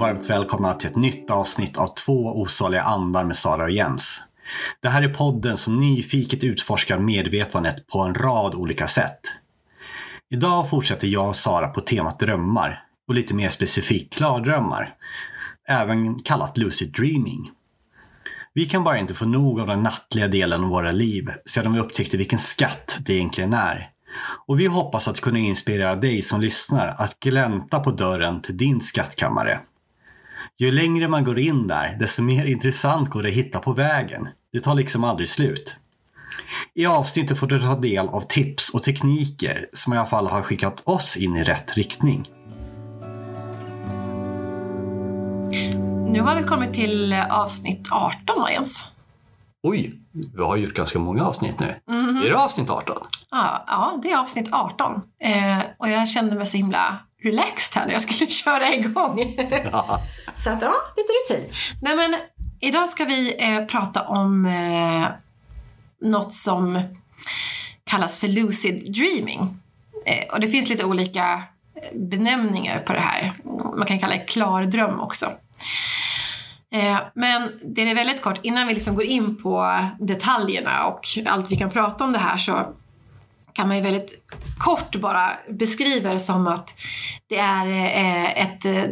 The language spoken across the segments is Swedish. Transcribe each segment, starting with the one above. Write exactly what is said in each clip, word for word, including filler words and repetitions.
varmt välkomna till ett nytt avsnitt av Två osaliga andar med Sara och Jens. Det här är podden som nyfiket utforskar medvetandet på en rad olika sätt. Idag fortsätter jag och Sara på temat drömmar och lite mer specifikt klardrömmar, även kallat lucid dreaming. Vi kan bara inte få nog av den nattliga delen av våra liv sedan vi upptäckte vilken skatt det egentligen är. Och vi hoppas att kunna inspirera dig som lyssnar att glänta på dörren till din skattkammare. Ju längre man går in där, desto mer intressant går det att hitta på vägen. Det tar liksom aldrig slut. I avsnittet får du ta del av tips och tekniker som i alla fall har skickat oss in i rätt riktning. Nu har vi kommit till avsnitt arton, va, Jens? Oj, vi har gjort ganska många avsnitt nu. Mm-hmm. Är det avsnitt arton? Ja, ja, det är avsnitt arton. Eh, och jag kände mig så himla relaxed här när jag skulle köra igång. Ja. Så att, ja, lite rutin. Nej, men idag ska vi eh, prata om eh, något som kallas för lucid dreaming. Eh, och det finns lite olika benämningar på det här. Man kan kalla det klardröm också. Men det är väldigt kort, innan vi liksom går in på detaljerna och allt vi kan prata om det här, så kan man ju väldigt kort bara beskriva det som att det är ett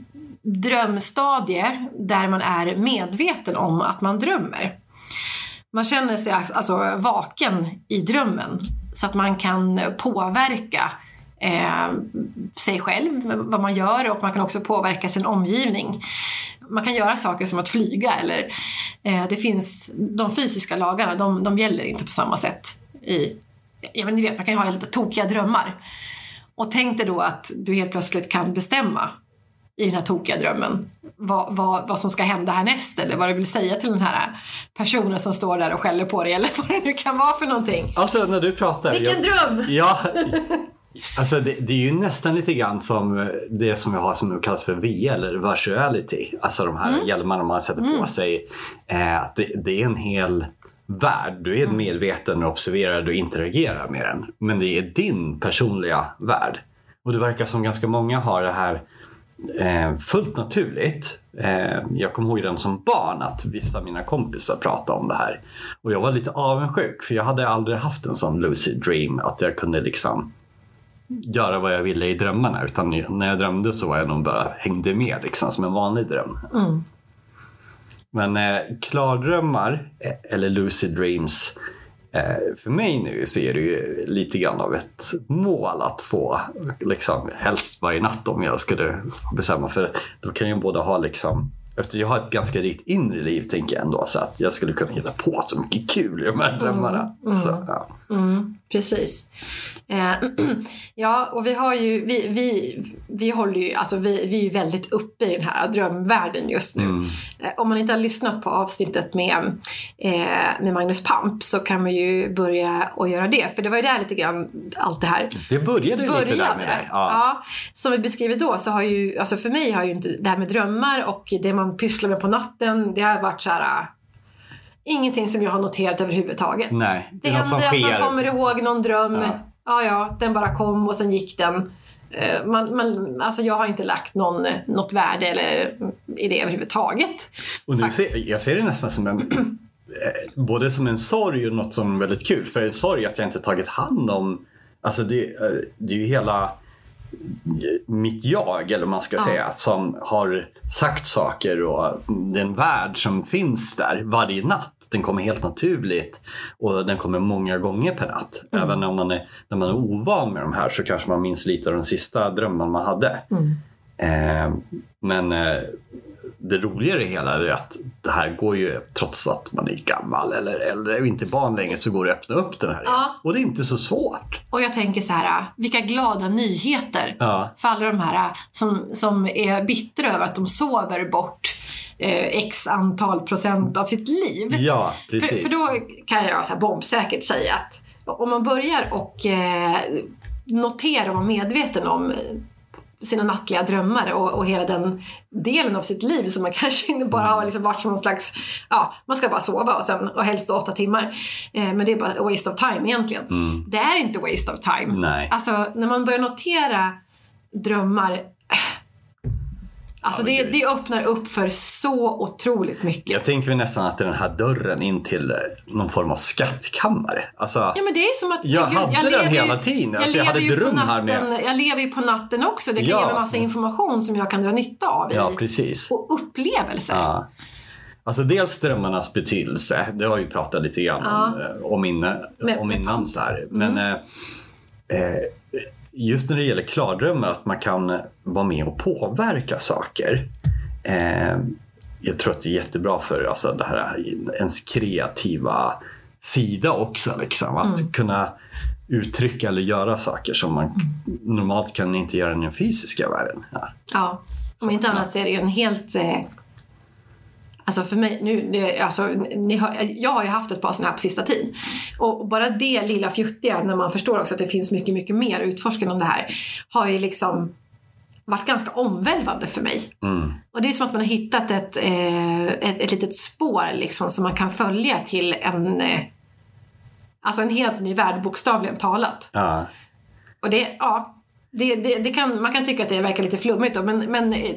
drömstadie där man är medveten om att man drömmer. Man känner sig alltså vaken i drömmen så att man kan påverka eh, sig själv, vad man gör, och man kan också påverka sin omgivning. Man kan göra saker som att flyga eller eh, det finns de fysiska lagarna, de, de gäller inte på samma sätt i, ja, men ni vet, man kan ju ha lite tokiga drömmar. Och tänk dig då att du helt plötsligt kan bestämma i den här tokiga drömmen vad, vad, vad som ska hända härnäst, eller vad du vill säga till den här personen som står där och skäller på dig, eller vad det nu kan vara för någonting. Alltså när du pratar... Vilken jag, dröm! Ja, alltså det, det är ju nästan lite grann som det som vi har som kallas för V R eller virtuality. Alltså de här mm. hjälmarna man sätter mm. på sig. Eh, det, det är en hel värld. Du är mm. medveten och observerar och interagerar med den. Men det är din personliga värld. Och det verkar som ganska många har det här eh, fullt naturligt. Eh, jag kommer ihåg den som barn att vissa av mina kompisar pratade om det här. Och jag var lite avundsjuk, för jag hade aldrig haft en sån lucid dream att jag kunde liksom göra vad jag ville i drömmarna, utan när jag drömde så var jag nog bara hängde med liksom, som en vanlig dröm. Mm. Men eh, klardrömmar eller lucid dreams, eh, för mig nu så är det ju lite grann av ett mål att få liksom, helst varje natt om jag skulle bestämma, för då kan jag både ha liksom, efter jag har ett ganska rikt inre liv tänker jag ändå, så att jag skulle kunna hitta på så mycket kul i de här drömmarna. Mm, mm, så, ja. mm, precis. Eh, ja, och vi har ju vi, vi, vi håller ju, alltså vi, vi är ju väldigt uppe i den här drömvärlden just nu. Mm. Eh, om man inte har lyssnat på avsnittet med, eh, med Magnus Pamp, så kan man ju börja och göra det, för det var ju där lite grann allt det här det började, började. lite där med dig. Ja. Ja, som vi beskriver då, så har ju, alltså för mig har ju inte det här med drömmar och det man pysslar med på natten, det har varit så här äh, ingenting som jag har noterat överhuvudtaget. Nej, det, det händer att man kommer ihåg någon dröm. Ja. ja, ja, den bara kom och sen gick den. Man, man, alltså jag har inte lagt någon, något värde eller i det överhuvudtaget. Och nu ser, jag ser det nästan som en både som en sorg och något som är väldigt kul. För en sorg att jag inte tagit hand om, alltså det, det är ju hela mitt jag, eller man ska ja. säga, som har sagt saker, och den värld som finns där varje natt, den kommer helt naturligt och den kommer många gånger per natt. Mm. Även om man är, när man är ovan med de här, så kanske man minns lite av den sista drömmen man hade. Mm. Eh, men eh, det roliga i hela är att det här går ju, trots att man är gammal eller äldre och inte barn längre, så går det att öppna upp den här. Ja. Och det är inte så svårt. Och jag tänker så här, vilka glada nyheter ja. för alla de här som, som är bittra över att de sover bort eh, x antal procent av sitt liv. Ja, precis. För, för då kan jag så här bombsäkert säga att om man börjar och eh, notera och vara medveten om sina nattliga drömmar och, och hela den delen av sitt liv som man kanske inte bara har liksom varit som någon slags, ja, man ska bara sova och sen och helst åtta timmar, eh, men det är bara waste of time egentligen. Mm. Det är inte waste of time. Nej. Alltså när man börjar notera drömmar, Alltså ja, det, det öppnar upp för så otroligt mycket. Jag tänker nästan att det är den här dörren in till någon form av skattkammare. Alltså, ja, men det är som att... jag gud, hade jag den ju, hela tiden. Jag, alltså, jag hade ett rum natten, här med... Jag lever ju på natten också. Det kan ja. ge mig massa information som jag kan dra nytta av i. Ja, precis. Och upplevelser. Ja. Alltså dels drömmarnas betydelse. Det har vi pratat lite grann ja. om, om, inne, med, om innan. Så här. Men mm. eh, just när det gäller klardrömmar, att man kan vara med och påverka saker. Eh, jag tror att det är jättebra för alltså, det här, ens kreativa sida också. Liksom. Att mm. kunna uttrycka eller göra saker som man mm. normalt kan inte göra i den fysiska världen. Ja, ja. om inte annat så är det ju en helt... Eh... Alltså för mig, nu, det, alltså, ni har, jag har ju haft ett par sådana här på sista tid. Och bara det lilla fjuttiga, när man förstår också att det finns mycket, mycket mer utforskande om det här, har ju liksom varit ganska omvälvande för mig. Mm. Och det är som att man har hittat ett, eh, ett, ett litet spår liksom, som man kan följa till en, eh, alltså en helt ny värld, bokstavligen talat. Ja. Och det, ja, det, det, det kan, man kan tycka att det verkar lite flummigt då, men... men eh,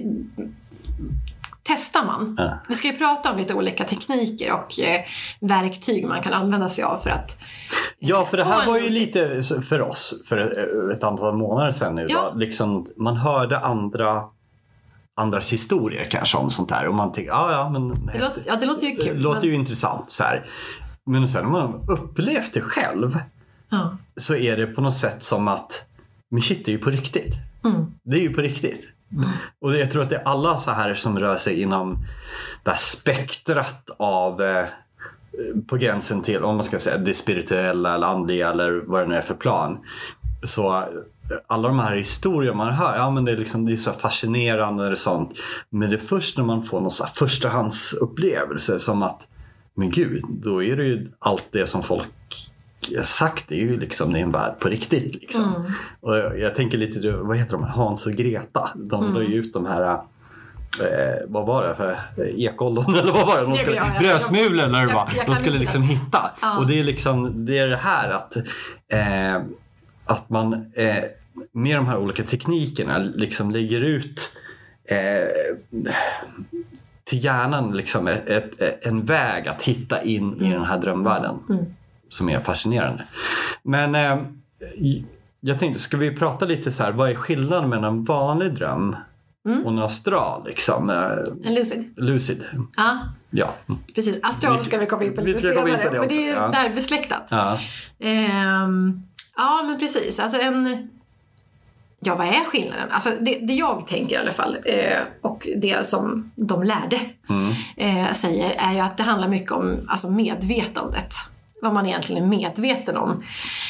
testar man. Ja. Vi ska ju prata om lite olika tekniker och eh, verktyg man kan använda sig av för att... Ja, för det här var ju lite för oss för ett, ett antal månader sedan nu. Ja. Liksom, man hörde andra andras historier kanske om sånt här. Och man tycker, ah, ja, men... Det låter, ja, det låter ju kul. Det låter men... ju intressant så här. Men sen när man upplevt det själv ja. Så är det på något sätt som att men shit, det är ju på riktigt. Mm. Det är ju på riktigt. Mm. Och jag tror att det är alla så här som rör sig inom det här spektrat av eh, på gränsen till, om man ska säga, det spirituella eller andliga eller vad det nu är för plan. Så alla de här historierna man hör, ja men det är liksom, det är så fascinerande eller sånt. Men det är först när man får någon så här förstahandsupplevelse som att, men gud, då är det ju allt det som folk sagt, det är ju liksom, det är en värld på riktigt liksom. Mm. Och jag, jag tänker lite, vad heter de, Hans och Greta, de mm. la ju ut de här eh, vad var det för ekollon eller vad var det, de skulle, brödsmulor eller vad det var, de skulle liksom hitta ja. Och det är liksom, det är det här att eh, att man eh, med de här olika teknikerna liksom lägger ut eh, till hjärnan liksom ett, ett, en väg att hitta in mm. i den här drömvärlden mm. som är fascinerande. Men eh, jag tänkte, ska vi prata lite så här, vad är skillnaden mellan en vanlig dröm mm. och en astral liksom? En lucid. Lucid. Ja. Ja. Precis, astral ska vi komma in på lite senare. Vi det och det är ja. där besläktat. Ja. Ehm, ja, men precis. Alltså en... Ja, vad är skillnaden? Alltså det, det jag tänker i alla fall eh, och det som de lärde mm. eh, säger är ju att det handlar mycket om alltså medvetandet. Vad man egentligen är medveten om.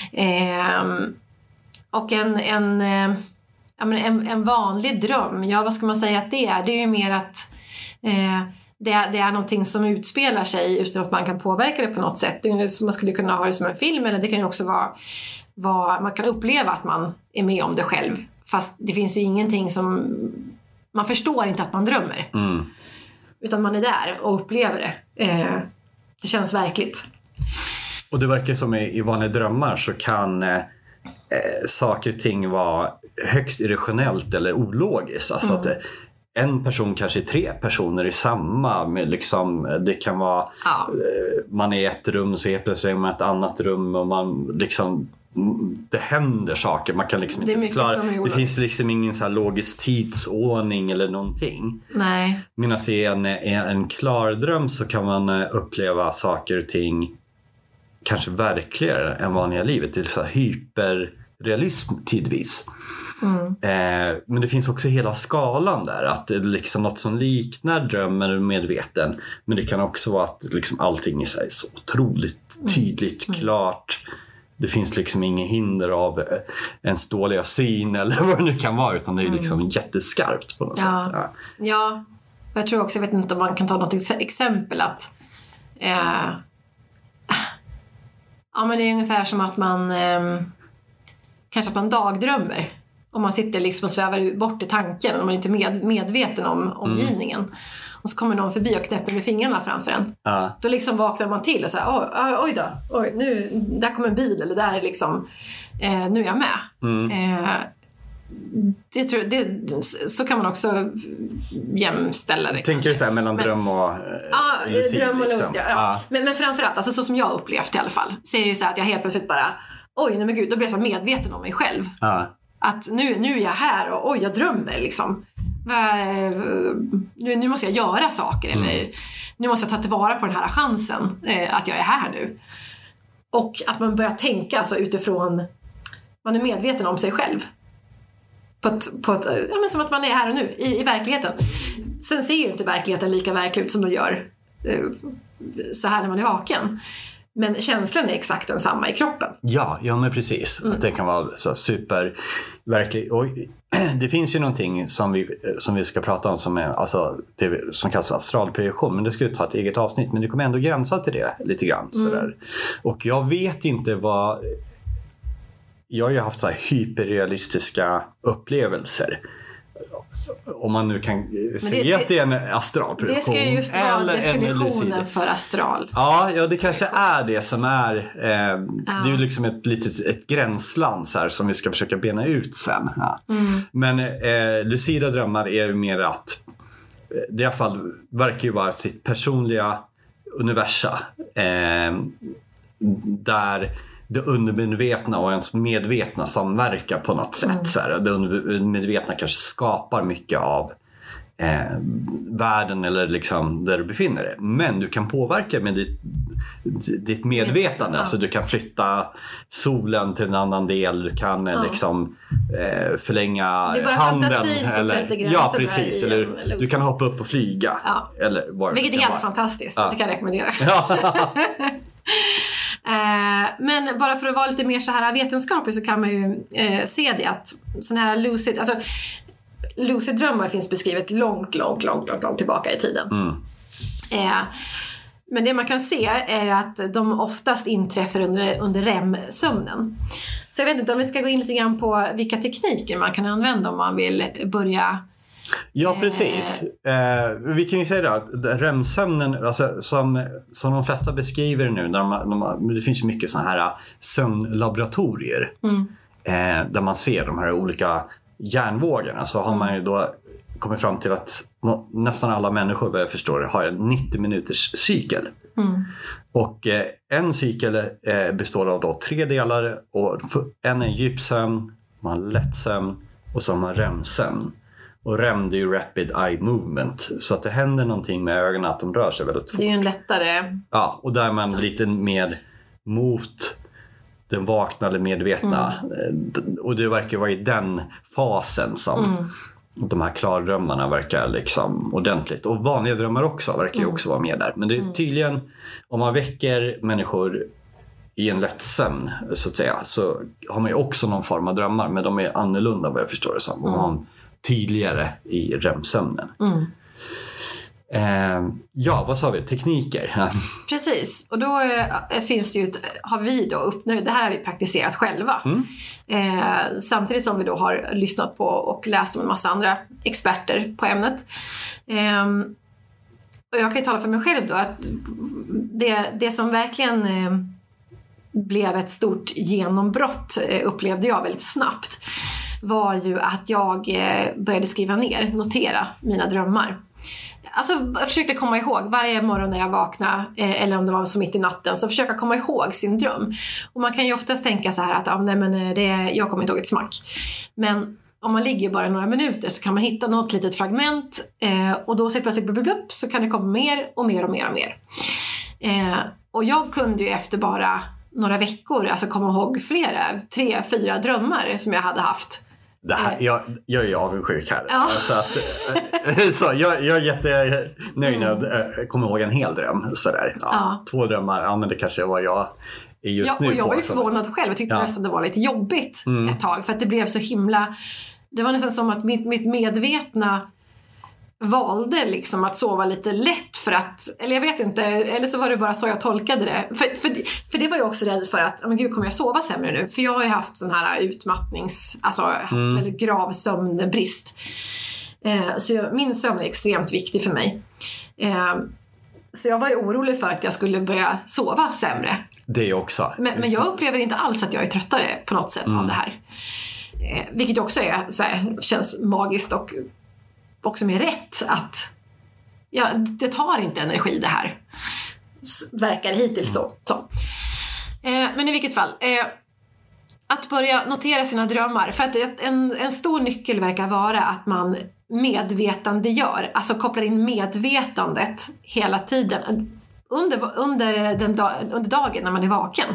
Eh, och en, en, eh, ja, men en, en vanlig dröm, ja vad ska man säga att det är? Det är ju mer att eh, det, är, det är någonting som utspelar sig utan att man kan påverka det på något sätt. Det är, man skulle kunna ha det som en film, eller det kan ju också vara vad man kan uppleva att man är med om det själv. Fast det finns ju ingenting som... Man förstår inte att man drömmer. Mm. Utan man är där och upplever det. Eh, det känns verkligt. Och det verkar som i, i vanliga drömmar så kan eh, saker och ting vara högst irrationellt eller ologiskt. Alltså mm. att det, en person kanske är tre personer i samma. Med liksom, det kan vara... Ja. Eh, man är i ett rum så är plötsligt man i ett annat rum och man liksom... Det händer saker, man kan liksom inte förklara. Det finns liksom ingen så här logisk tidsordning eller någonting. Nej. Medan i en, en klar dröm så kan man uppleva saker och ting kanske verkligare än vanliga livet. Det är så här hyperrealism tidvis. Mm. Eh, men det finns också hela skalan där, att det är liksom något som liknar drömmen eller medveten, men det kan också vara att liksom allting är så, här, så otroligt tydligt, mm. klart. Det finns liksom ingen hinder av ens dåliga syn eller vad det nu kan vara, utan det är liksom mm. jätteskarpt på något ja. sätt. Ja. ja, jag tror också, jag vet inte om man kan ta något exempel att eh, ja men det är ungefär som att man eh, kanske att man dagdrömmer. Om man sitter liksom och svävar bort i tanken och man är inte med, medveten om omgivningen. Mm. Och så kommer någon förbi och knäpper med fingrarna framför en. Uh. Då liksom vaknar man till och så här, oj, oj då, oj, nu, där kommer en bil eller där är liksom, eh, nu är jag med. Mm. Eh, det tror, det, så kan man också jämställa det. Tänker du så här mellan men, dröm och eh, ja, lucid, dröm och liksom. lucid, ja. Ja. Men, men framförallt, alltså så som jag upplevt i alla fall, så är det ju så här att jag helt plötsligt bara, oj nej men gud, då blir jag så medveten om mig själv. Ja. Att nu, nu är jag här och oj jag drömmer liksom. Nu, nu måste jag göra saker mm. eller nu måste jag ta tillvara på den här chansen eh, att jag är här nu. Och att man börjar tänka alltså, utifrån, man är medveten om sig själv. På ett, på ett, ja, men som att man är här och nu i, i verkligheten. Sen ser ju inte verkligheten lika verklig ut som den gör eh, så här när man är vaken. Men känslan är exakt densamma i kroppen. Ja, ja men precis. Mm. Att det kan vara så super verklig. Och det finns ju någonting som vi, som vi ska prata om som är alltså, det som kallas astralprojektion. Men det ska ju ta ett eget avsnitt. Men det kommer ändå gränsa till det lite grann. Mm. Sådär. Och jag vet inte vad... Jag har ju haft så här hyperrealistiska upplevelser. Om man nu kan se att det är en astralprojektion. Det ska ju just vara definitionen för astral. Ja, ja, det kanske är det som är eh, ja. Det är ju liksom ett litet ett gränsland så här, som vi ska försöka bena ut sen. Ja. Mm. Men eh, lucida drömmar är ju mer att det i alla fall verkar ju vara sitt personliga universa eh, där det undermedvetna och ens medvetna samverkar på något sätt. Mm. Så här. Det undermedvetna kanske skapar mycket av eh, världen eller liksom där du befinner dig. Men du kan påverka med ditt, ditt medvetande. Ja. Alltså du kan flytta solen till en annan del. Du kan ja. liksom eh, förlänga handen. Det är bara handen, fantasin som eller, sätter gränser. Ja, precis. Eller, du kan hoppa upp och flyga. Ja. Eller var vilket är helt vara. fantastiskt. Ja. Det kan jag rekommendera. Ja. Men bara för att vara lite mer så här vetenskaplig så kan man ju eh, se det att sån här lucid, alltså lucid drömmar finns beskrivet långt, långt, långt, långt, långt tillbaka i tiden. Mm. Eh, men det man kan se är att de oftast inträffar under, under R E M-sömnen. Så jag vet inte om vi ska gå in lite grann på vilka tekniker man kan använda om man vill börja. Ja, precis. Eh, vi kan ju säga det att R E M-sömnen, alltså, som, som de flesta beskriver nu, när de, de, det finns ju mycket sådana här sömnlaboratorier mm. eh, där man ser de här olika hjärnvågorna. Så har mm. man ju då kommit fram till att nå, nästan alla människor, vad jag förstår, har en nittio minuters cykel. Mm. Och eh, en cykel eh, består av då tre delar. Och en är djupsömn, man har lättsömn och så har man R E M-sömn. Och R E M det är ju Rapid Eye Movement. Så att det händer någonting med ögonen, att de rör sig väldigt fort. Det är ju en lättare... Ja, och där är man så. lite mer mot den vaknade medvetna. Mm. Och det verkar vara i den fasen som mm. de här klardrömmarna verkar liksom ordentligt. Och vanliga drömmar också verkar ju mm. också vara med där. Men det är tydligen, om man väcker människor i en lätt sömn så att säga, så har man ju också någon form av drömmar. Men de är annorlunda vad jag förstår det som. Mm. Och tydligare i R E M-sömnen. Mm. Eh, ja, vad sa vi? Tekniker. Precis, och då eh, finns det ju ett, har vi då upp, det här har vi praktiserat själva. Mm. Eh, samtidigt som vi då har lyssnat på och läst om en massa andra experter på ämnet. Eh, och jag kan ju tala för mig själv då att det, det som verkligen eh, blev ett stort genombrott eh, upplevde jag väldigt snabbt var ju att jag började skriva ner, notera mina drömmar. Alltså jag försökte komma ihåg varje morgon när jag vaknade, eller om det var så mitt i natten, så försöka komma ihåg sin dröm. Och man kan ju oftast tänka så här att ah, nej, men det, jag kommer inte ihåg ett smack. Men om man ligger bara några minuter så kan man hitta något litet fragment eh, och då ser plötsligt blub, blub, så kan det komma mer och mer och mer och mer. Eh, och jag kunde ju efter bara några veckor alltså komma ihåg flera, tre, fyra drömmar som jag hade haft. Det här, jag, jag är ju avundsjuk här. Ja. Så, att, så jag, jag är jättenöjd när jag kommer ihåg en hel dröm. Sådär. Ja, ja. Två drömmar, ja men det kanske var jag är just ja, nu. Och jag på, var ju förvånad själv. Jag tyckte ja. nästan det var lite jobbigt mm. ett tag. För att det blev så himla... Det var nästan som att mitt, mitt medvetna valde liksom att sova lite lätt för att, eller jag vet inte, eller så var det bara så jag tolkade det. För, för, för det var jag också rädd för att, men gud, kommer jag sova sämre nu? För jag har ju haft sån här utmattnings, alltså haft mm. väldigt grav sömnbrist. Eh, så jag, min sömn är extremt viktig för mig. Eh, så jag var ju orolig för att jag skulle börja sova sämre. Det också. Men, men jag upplever inte alls att jag är tröttare på något sätt mm. av det här. Eh, vilket också är, så här, känns magiskt och också med rätt att ja, det tar inte energi det här. Verkar hittills då. Så. Eh, men i vilket fall, eh, att börja notera sina drömmar. För att en, en stor nyckel verkar vara att man medvetandegör. Alltså kopplar in medvetandet hela tiden. Under, under, den dag, under dagen när man är vaken.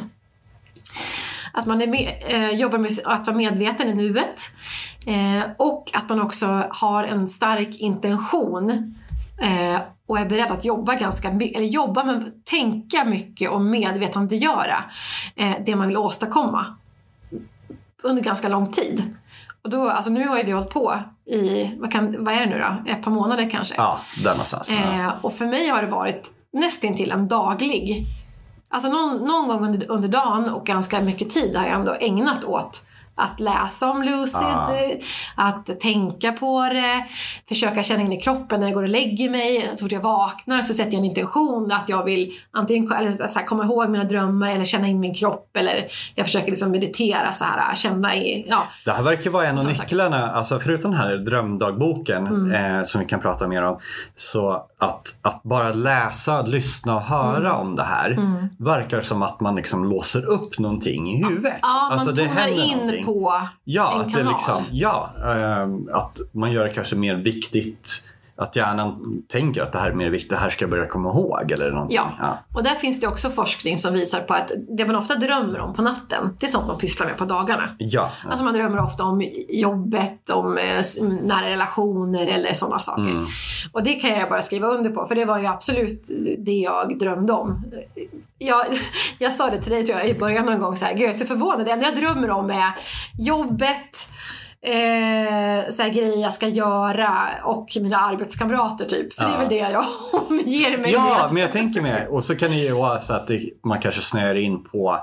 Att man är med, eh, jobbar med att vara medveten i nuet. Eh, och att man också har en stark intention. Eh, och är beredd att jobba ganska mycket. Eller jobba med tänka mycket och medvetandegöra eh, det man vill åstadkomma. Under ganska lång tid. Och då, alltså nu har vi hållit på i, vad, kan, vad är det nu då? Ett par månader kanske. Ja, där någonstans. Eh, och för mig har det varit nästan till en daglig. Alltså någon, någon gång under, under dagen och ganska mycket tid har jag ändå ägnat åt att läsa om Lucid, ah. att tänka på det, försöka känna in i kroppen när jag går och lägger mig. Så fort jag vaknar så sätter jag en intention att jag vill antingen eller så här, komma ihåg mina drömmar eller känna in min kropp, eller jag försöker liksom meditera så här, känna i, ja. Det här verkar vara en av nycklarna, alltså förutom den här drömdagboken mm. eh, som vi kan prata mer om, så att, att bara läsa, lyssna och höra mm. om det här mm. verkar som att man liksom låser upp någonting i huvudet. Ja, man alltså, det tonar in någonting. På ja, en att kanal. Det liksom, ja, äh, att man gör det kanske mer viktigt, att hjärnan tänker att det här är mer viktigt, det här ska jag börja komma ihåg eller någonting. Ja. ja, och där finns det också forskning som visar på att det man ofta drömmer om på natten, det är sånt man pysslar med på dagarna. Ja. ja. Alltså man drömmer ofta om jobbet, om eh, nära relationer eller sådana saker. Mm. Och det kan jag bara skriva under på, för det var ju absolut det jag drömde om. Jag, jag sa det till dig tror jag i början någon gång så här, gud jag är så förvånad, det enda jag drömmer om är jobbet, eh, så här grejer jag ska göra och mina arbetskamrater typ, för ja. Det är väl det jag omger mig ja, med. Ja, men jag tänker med, och så kan det ju vara så att det, man kanske snör in på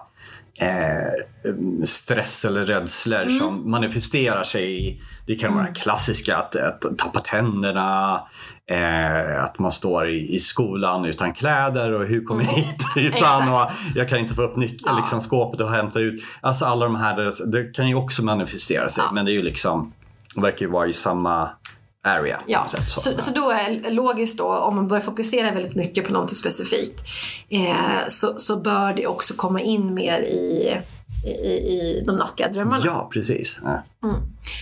eh, stress eller rädslor mm. som manifesterar sig i, det kan vara mm. klassiska att, att tappa tänderna, Eh, att man står i, i skolan utan kläder och hur kommer jag hit utan och jag kan inte få upp nyc- ja. liksom, skåpet och hämta ut, alltså alla de här, det kan ju också manifestera sig ja. Men det är ju liksom, det verkar ju vara i samma area ja. sätt, så. Så, så då är logiskt då, om man börjar fokusera väldigt mycket på något specifikt eh, så, så bör det också komma in mer i, i, i de nattliga drömmarna. Ja, precis ja. Mm.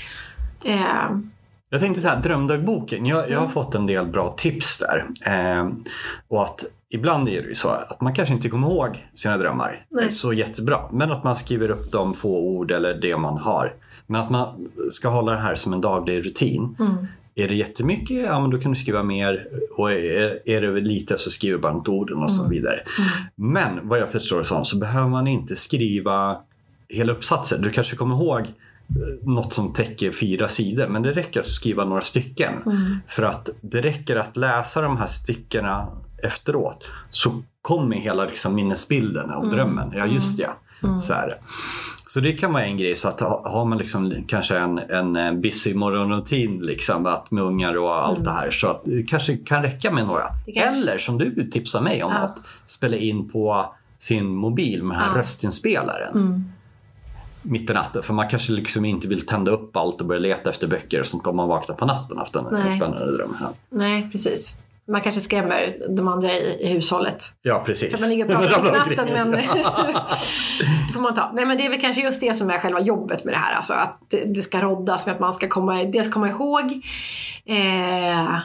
Eh, Jag tänkte så här, drömdagboken, jag, jag har mm. fått en del bra tips där. Eh, och att ibland är det ju så att man kanske inte kommer ihåg sina drömmar. Nej. Det är så jättebra. Men att man skriver upp de få ord eller det man har. Men att man ska hålla det här som en daglig rutin. Mm. Är det jättemycket, ja men då kan du skriva mer. Och är, är det lite så skriver bara inte orden och så mm. vidare. Mm. Men vad jag förstår det som, så behöver man inte skriva hela uppsatser. Du kanske kommer ihåg något som täcker fyra sidor, men det räcker att skriva några stycken mm. för att det räcker att läsa de här styckena efteråt, så kommer hela liksom minnesbilden och mm. drömmen, ja just det mm. så här. Så det kan vara en grej, så att har man liksom kanske en, en busy morgonrutin liksom, att med ungar och allt mm. det här, så att det kanske kan räcka med några kanske... eller som du tipsar mig om ja. Att spela in på sin mobil med den här ja. Röstinspelaren mm. mitt i natten, för man kanske liksom inte vill tända upp allt och börja leta efter böcker och sånt om man vaknar på natten efter en Nej. Spännande dröm. Ja. Nej, precis. Man kanske skrämmer de andra i, i hushållet. Ja, precis. Kan man ligga och prata på natten, men får man ta. Nej, men det är väl kanske just det som är själva jobbet med det här. Alltså att det, det ska roddas med att man ska komma, dels komma ihåg eh,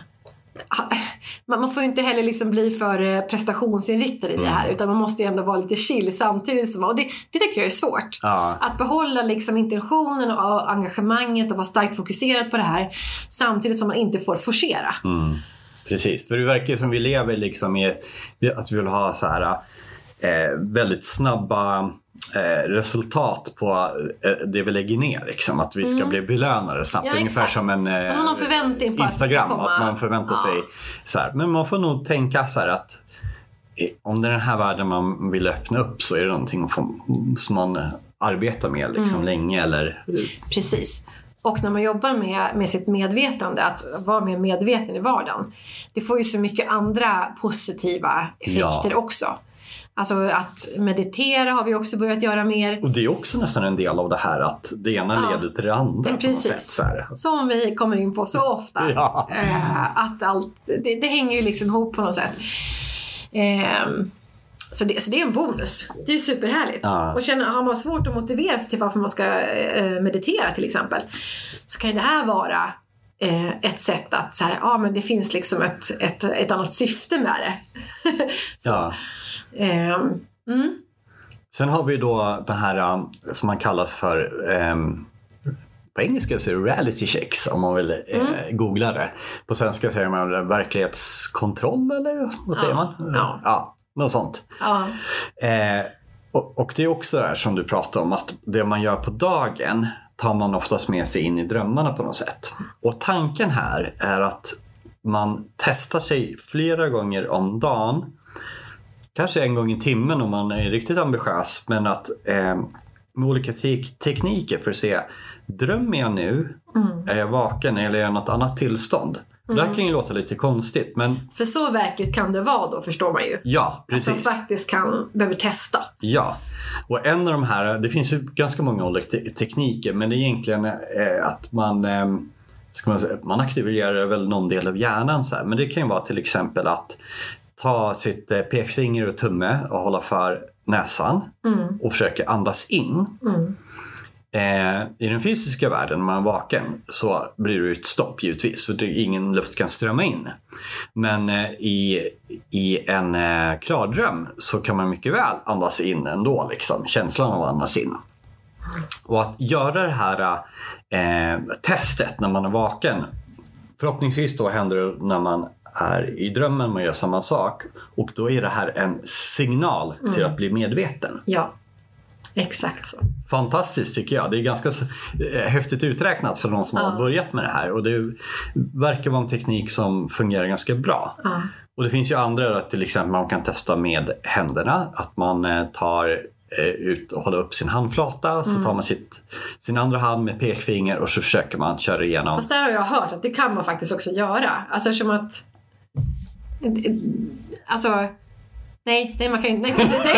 man får ju inte heller liksom bli för prestationsinriktad i det här, utan man måste ju ändå vara lite chill samtidigt som, och det, det tycker jag är svårt ja. Att behålla liksom intentionen och engagemanget och vara starkt fokuserad på det här samtidigt som man inte får forcera. Mm. Precis, för det verkar som vi lever liksom i att vi vill ha så här eh, väldigt snabba Eh, resultat på eh, det vi lägger ner liksom, att vi ska mm. bli belönade snabbt, ja, ungefär som en eh, man förväntar på Instagram, att, att man förväntar ja. sig så här. Men man får nog tänka så här att eh, om det är den här världen man vill öppna upp, så är det någonting som man arbetar med liksom mm. länge eller... Precis. Och när man jobbar med, med sitt medvetande, att vara mer medveten i vardagen, det får ju så mycket andra positiva effekter ja. Också. Alltså att meditera har vi också börjat göra mer. Och det är också nästan en del av det här att det ena ja. leder till det andra. Precis. På något sätt, så här. Som vi kommer in på så ofta. ja. eh, att allt, det, det hänger ju liksom ihop på något sätt. Eh, så, det, så det är en bonus. Det är ju superhärligt. Ja. Och känner, har man svårt att motivera sig till varför man ska eh, meditera till exempel, så kan det här vara eh, ett sätt att så här, ja, men det finns liksom ett, ett, ett annat syfte med det. så, ja. eh, mm. Sen har vi då det här um, som man kallar för um, på engelska så är det reality checks om man vill eh, mm. googla det. På svenska säger man verklighetskontroll eller vad säger ja. man? Ja. ja, något sånt. Ja. Eh, och, och det är också det här som du pratade om, att det man gör på dagen tar man oftast med sig in i drömmarna på något sätt. Och tanken här är att man testar sig flera gånger om dagen. Kanske en gång i timmen om man är riktigt ambitiös, men att eh, med olika te- tekniker för att se, drömmer jag nu? Mm. Är jag vaken eller är jag något annat tillstånd? Mm. Det här kan ju låta lite konstigt, men... För så verkligt kan det vara då, förstår man ju. Ja, precis. Att man faktiskt kan, behöver testa. Ja, och en av de här, det finns ju ganska många olika te- tekniker, men det är egentligen eh, att man... Eh, ska man säga, man aktiverar väl någon del av hjärnan så här, men det kan ju vara till exempel att ta sitt pekfinger och tumme och hålla för näsan mm. och försöka andas in. Mm. Eh, I den fysiska världen när man är vaken så blir det ett stopp givetvis, så det, ingen luft kan strömma in. Men eh, i, i en eh, klar dröm så kan man mycket väl andas in ändå, liksom, känslan av att andas in. Och att göra det här eh, testet när man är vaken, förhoppningsvis då händer det när man är i drömmen, man gör samma sak, och då är det här en signal till mm. att bli medveten. Ja, exakt så. Fantastiskt tycker jag. Det är ganska häftigt uträknat för de som ja. har börjat med det här, och det verkar vara en teknik som fungerar ganska bra. Ja. Och det finns ju andra, till exempel man kan testa med händerna, att man tar ut och hålla upp sin handflata, så mm. tar man sitt, sin andra hand med pekfinger och så försöker man köra igenom. Fast där har jag hört att det kan man faktiskt också göra. Alltså som att alltså nej, nej man kan inte nej, precis, nej,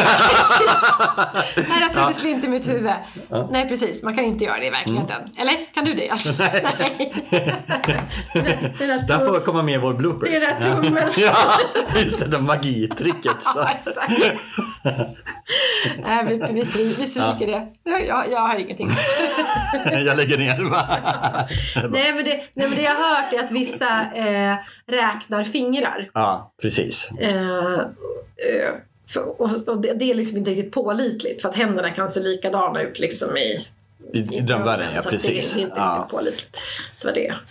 nej det är ja. inte i mitt huvud. Ja. Nej precis, man kan inte göra det i verkligheten. Mm. Eller kan du det alltså? Nej. nej. det, det där, där får komma med vår bloopers. Det är där tummen. Ja, just det där magitricket så. Ja, exakt. Nej, vi, vi, stryker, vi stryker ja. det. Jag, jag har ingenting. Jag lägger ner det. nej, men det, nej, men det jag har hört är att vissa eh, räknar fingrar. Ja, precis. Eh, eh, för, och, och det, det är liksom inte riktigt pålitligt, för att händerna kan se likadana ut liksom i, I, i drömvärlden, ja, precis. Det är inte ja. riktigt pålitligt. Det var det.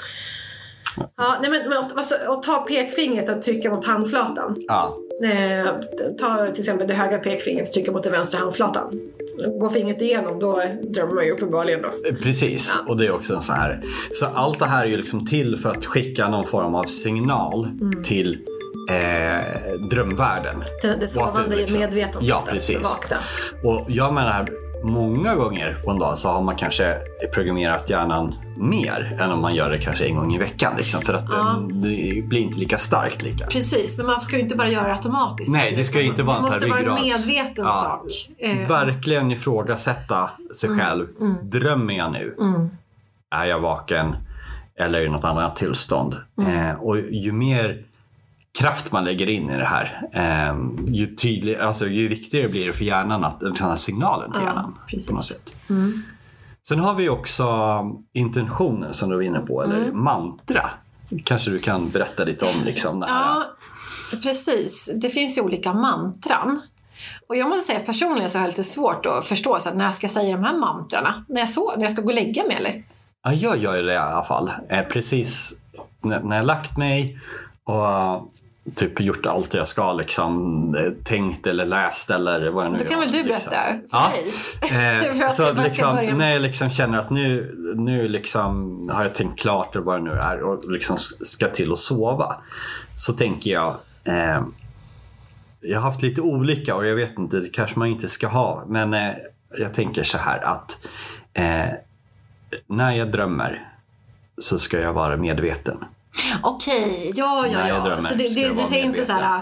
Ja, nej, men, men att, att ta pekfingret och trycka mot handflatan. Ja. Eh, ta till exempel det högra pekfingret och trycka mot den vänstra handflatan. Går fingret igenom, då drömmer man ju uppenbarligen då. Precis, ja. Och det är också en sån här. Så allt det här är ju liksom till för att skicka någon form av signal mm. till eh, drömvärlden. Det, det sovande liksom, medvetandet. Ja, precis. Och jag menar här, många gånger på en dag så har man kanske programmerat hjärnan mer än om man gör det kanske en gång i veckan liksom, för att ja. det, det blir inte lika starkt lika. Precis, men man ska ju inte bara göra det automatiskt. Nej, det ska ju inte vara en sån här Det måste vara en ryggrads... medveten ja, sak. Verkligen ifrågasätta sig mm. själv. Mm. Drömmer jag nu? Mm. Är jag vaken? Eller är det något annat tillstånd? Mm. Eh, och ju mer kraft man lägger in i det här, eh, ju tydligare, alltså ju viktigare blir det för hjärnan att den här signalen till ja, hjärnan precis. På något sätt. Mm. Sen har vi också intentioner som du var inne på, eller mm. mantra. Kanske du kan berätta lite om liksom det här. Ja, precis. Det finns ju olika mantran. Och jag måste säga att personligen så har jag lite svårt att förstå så att när jag ska säga de här mantrarna, när jag, så, när jag ska gå och lägga mig eller? Ja, jag gör det i alla fall. Eh, precis när, när jag lagt mig och typ gjort allt jag ska liksom, tänkt eller läst eller vad jag nu Då kan gör, väl du liksom. berätta för ja. mig. Eh, så liksom, när jag liksom känner att nu, nu liksom har jag tänkt klart vad det nu är och liksom ska till att sova, så tänker jag eh, jag har haft lite olika och jag vet inte, det kanske man inte ska ha, men eh, jag tänker så här att eh, när jag drömmer så ska jag vara medveten. Okej, ja, ja, ja. Så du, du, du säger inte så här,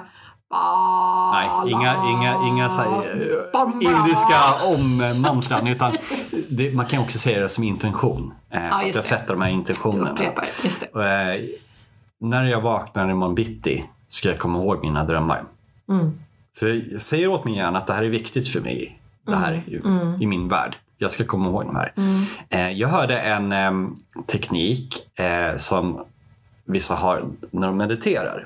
Nej, inga, inga, inga så här, indiska om-mantran, utan det, man kan också säga det som intention. Eh, ja, att jag sätter de här intentionerna. Just det. Och, eh, när jag vaknar imorgon bitti ska jag komma ihåg mina drömmar. Mm. Så jag säger åt min hjärna att det här är viktigt för mig. Det här mm. i, mm. i min värld. Jag ska komma ihåg de här. Mm. Eh, jag hörde en eh, teknik eh, som vissa har när de mediterar.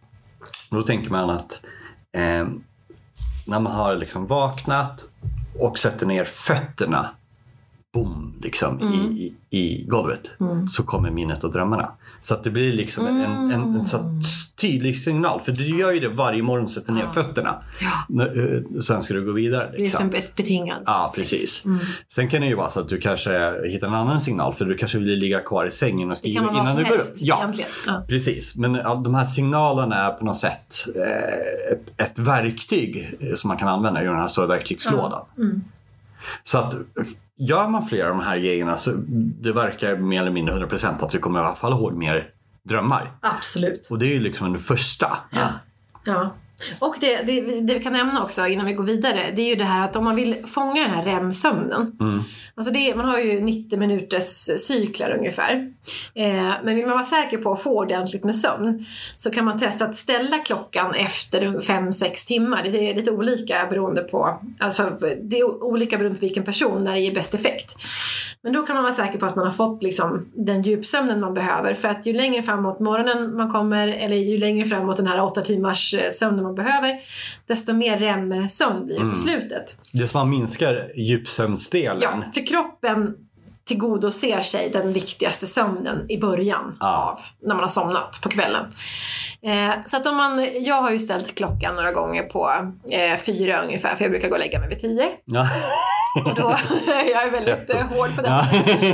Då tänker man att eh, när man har liksom vaknat och sätter ner fötterna boom, liksom, mm. i, i, i golvet mm. så kommer minnet och drömmarna. Så att det blir liksom mm. en, en, en så tydlig signal. För du gör ju det varje morgon, sätter ner ja. fötterna. Ja. Sen ska du gå vidare. Liksom. Det är betingad. Ja, precis. Mm. Sen kan det ju vara så att du kanske hittar en annan signal. För du kanske vill ligga kvar i sängen och skriva innan du går upp. Ja, ja, precis. Men ja, de här signalerna är på något sätt eh, ett, ett verktyg som man kan använda i den här stora verktygslådan. Mm. Mm. Så att gör man flera av de här grejerna så det verkar mer eller mindre hundra procent att du kommer i alla fall ihåg mer drömmar. Absolut. Och det är ju liksom den första. Ja. Ja. Och det, det, det vi kan nämna också innan vi går vidare, det är ju det här att om man vill fånga den här R E M-sömnen. Mm. Alltså det, man har ju nittio minuters cyklar ungefär. Eh, men vill man vara säker på att få ordentligt med sömn så kan man testa att ställa klockan efter fem sex timmar. Det är lite olika beroende på, alltså det är olika beroende på vilken person när det ger bäst effekt. Men då kan man vara säker på att man har fått liksom den djupsömnen man behöver. För att ju längre framåt morgonen man kommer, eller ju längre framåt den här åtta timmars sömnen man behöver, desto mer R E M-sömn blir det mm. på slutet. Det som man minskar djupsömnsdelen. Ja, för kroppen tillgodoser sig den viktigaste sömnen i början ah. av när man har somnat på kvällen. Eh, så att om man, jag har ju ställt klockan några gånger på eh, fyra ungefär, för jag brukar gå och lägga mig vid tio. Ja. Och då, jag är väldigt eh, hård på det. Ja.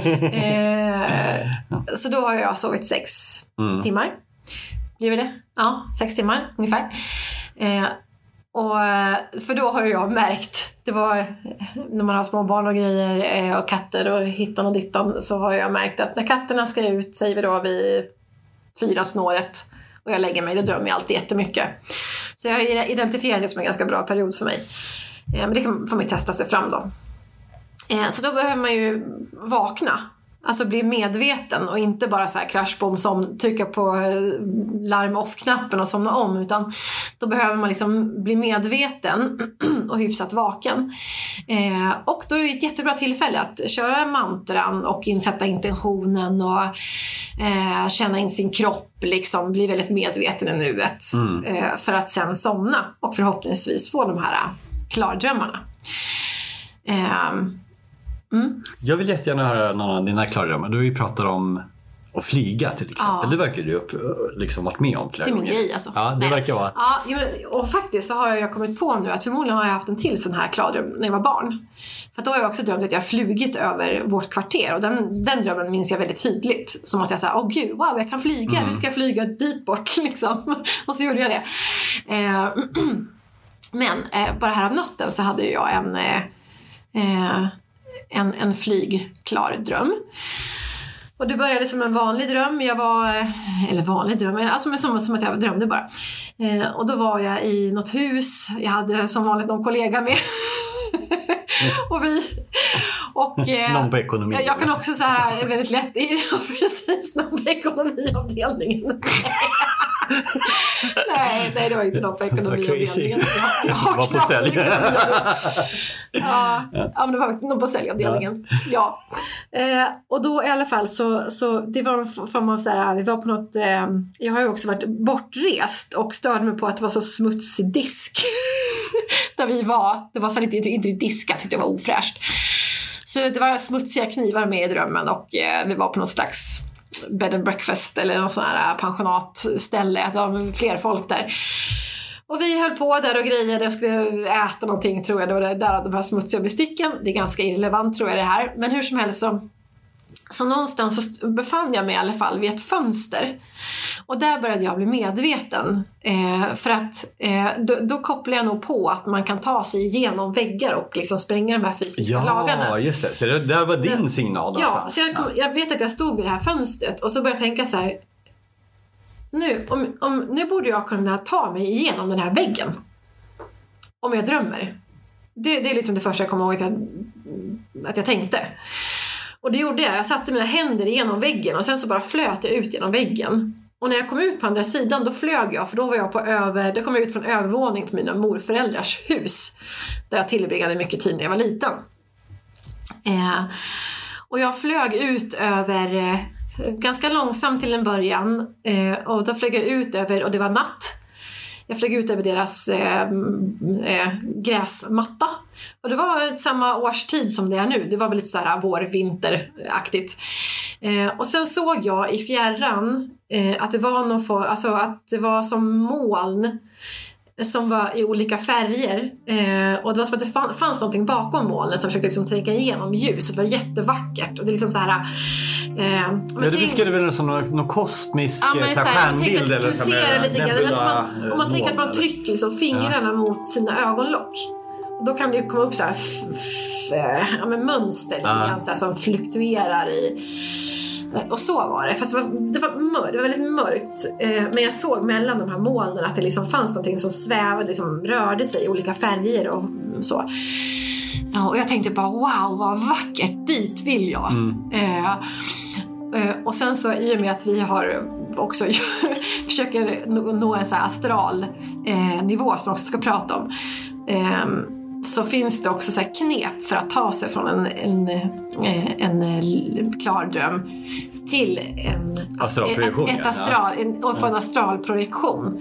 Eh, så då har jag sovit sex mm. timmar. Blir det? Ja, sex timmar ungefär. Eh, och, för då har jag märkt, det var när man har små barn och grejer eh, och katter och hittan och dittan, så har jag märkt att när katterna ska ut, säger vi då vid fyra snåret och jag lägger mig, då drömmer jag alltid jättemycket. Så jag har identifierat det som en ganska bra period för mig. Eh, men det kan, får man testa sig fram då. Eh, så då behöver man ju vakna. Alltså bli medveten och inte bara så här kraschbom som trycka på larm off-knappen och somna om, utan då behöver man liksom bli medveten och hyfsat vaken. Eh, och då är det ett jättebra tillfälle att köra mantran och insätta intentionen och eh, känna in sin kropp, liksom bli väldigt medveten i nuet mm. eh, för att sen somna och förhoppningsvis få de här klardrömmarna. Eh, Mm. Jag vill jättegärna höra någon av dina klardrömmar. Du har ju pratat om att flyga till exempel. Ja. Det verkar du upp, liksom varit med om flera gånger. Det är min grej alltså. Ja, det Nej. verkar vara. Ja, och faktiskt så har jag kommit på nu att förmodligen har jag haft en till sån här klardröm när jag var barn. För då har jag också drömt att jag har flugit över vårt kvarter. Och den, den drömmen minns jag väldigt tydligt. Som att jag sa, åh gud, wow, jag kan flyga. Mm. Nu ska jag flyga dit bort liksom. Och så gjorde jag det. Eh, men eh, bara här av natten så hade jag en... Eh, eh, En, en flygklar dröm. Och det började som en vanlig dröm. Jag var, eller vanlig dröm, alltså som, som att jag drömde bara. Eh, och då var jag i något hus. Jag hade som vanligt någon kollega med. och vi... Och, eh, någon på ekonomi. Jag, jag kan också så här väldigt lätt... Ja, precis, någon på ekonomiavdelningen. nej, nej, det var inte någon på ekonomiavdelningen. Jag var på säljare. ja, ja, men det var någon på säljavdelningen. Ja. ja. Eh, och då i alla fall så, så det var en form av så här, vi var på något, eh, jag har ju också varit bortrest och störde mig på att det var så smutsig disk. Där vi var, det var så lite, inte, inte diskat, tyckte jag var ofräscht. Så det var smutsiga knivar med i drömmen och eh, vi var på något slags bed and breakfast eller någon sån här pensionatställe. Det var fler folk där. Och vi höll på där och grejade. Jag skulle äta någonting, tror jag. Det var det där, de här smutsiga besticken. Det är ganska irrelevant, tror jag, det här. Men hur som helst så... Så någonstans så befann jag mig i alla fall vid ett fönster. Och där började jag bli medveten. Eh, för att eh, då, då kopplade jag nog på att man kan ta sig igenom väggar och liksom spränga de här fysiska ja, lagarna. Ja, just det. Så det där var din det, signal någonstans. Ja, så jag, kom, jag vet att jag stod vid det här fönstret och så började jag tänka så här. nu, om, om, nu borde jag kunna ta mig igenom den här väggen. Om jag drömmer. Det, det är liksom det första jag kommer ihåg att jag, att jag tänkte. Och det gjorde jag. Jag satte mina händer igenom väggen och sen så bara flöt jag ut genom väggen. Och när jag kom ut på andra sidan, då flög jag. För då var jag på över, då kom jag ut från övervåning på mina morföräldrars hus. Där jag tillbringade mycket tid när jag var liten. Eh, och jag flög ut över, eh, ganska långsamt till en början. Eh, och då flög jag ut över, och det var natt. Jag flög ut över deras eh, eh, gräsmatta. Och det var samma årstid som det är nu. Det var väl lite så här vår-vinteraktigt. Eh, och sen såg jag i fjärran eh, att det var någon for, alltså att det var som moln som var i olika färger. Eh, och det var som att det fann, fanns någonting bakom molnen som försökte liksom tränga igenom ljus. Och det var jättevackert. Och det är liksom så här... Eh, ja, du beskrev väl som någon, någon kosmisk ja, men, så här, stjärnbild eller så här, lite grann. nebula, man, om man tänker att man trycker liksom fingrarna ja. mot sina ögonlock. Då kan det ju komma upp så här f- f- ja, men mönster lite ja. grann, så här, som fluktuerar i. Och så var det. Fast det var, det var, mörkt, det var väldigt mörkt. Eh, men jag såg mellan de här molnen att det liksom fanns någonting som svävade, liksom rörde sig i olika färger och så. Ja, och jag tänkte bara, wow, vad vackert, dit vill jag. Mm. Eh, eh, och sen så, i och med att vi har också försöker nå, nå en så här astral eh, nivå som jag också ska prata om. Eh, så finns det också så här knep för att ta sig från en, en, en, en klar dröm till en astralprojektion, ett, ett astral, en, och få en astralprojektion.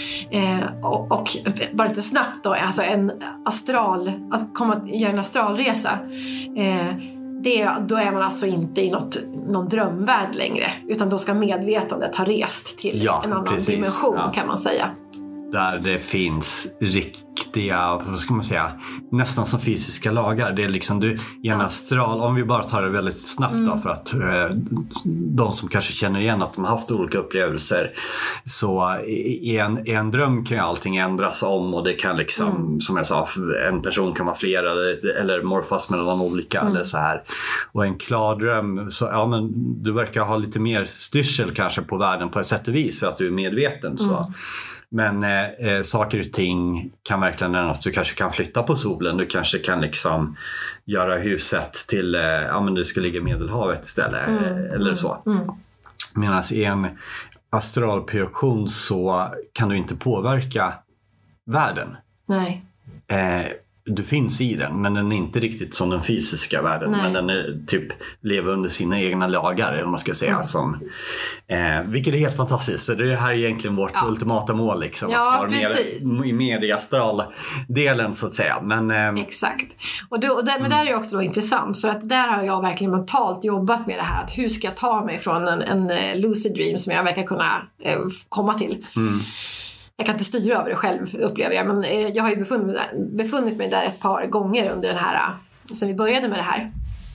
Eh, och, och bara lite snabbt då, alltså en astral, att komma att göra en astralresa, eh, det, då är man alltså inte i något, någon drömvärld längre, utan då ska medvetandet ha rest till ja, en annan precis. dimension ja. kan man säga. Där det finns riktiga, vad ska man säga, nästan som fysiska lagar. Det är liksom du i en astral, om vi bara tar det väldigt snabbt mm. då, för att eh, de som kanske känner igen att de har haft olika upplevelser, så i en, i en dröm kan ju allting ändras om, och det kan liksom, mm. som jag sa, en person kan vara flera eller, eller morfas mellan de olika mm. eller så här. Och en klar dröm, så ja, men du verkar ha lite mer styrsel kanske på världen på ett sätt och vis för att du är medveten så. Mm. Men eh, saker och ting kan verkligen ändras. Du kanske kan flytta på solen. Du kanske kan liksom göra huset till, eh, ja men det ska ligga i Medelhavet istället. Mm, eller mm, så. Mm. Medan i en astralprojektion så kan du inte påverka världen. Nej. Eh, du finns i den, men den är inte riktigt som den fysiska världen. Nej. Men den är, typ lever under sina egna lagar, eller man ska säga. Mm. Som, eh, vilket är helt fantastiskt. Det är här egentligen vårt ja. ultimata mål. Liksom, ja, att vara precis. Med, med i astraldelen så att säga. Men, eh, exakt. Och, då, och där, men där är också då intressant. För att där har jag verkligen mentalt jobbat med det här. Att hur ska jag ta mig från en, en lucid dream som jag verkar kunna eh, komma till. Mm. Jag kan inte styra över det själv, upplever jag. Men jag har ju befunnit mig där, befunnit mig där ett par gånger under den här, sen vi började med det här.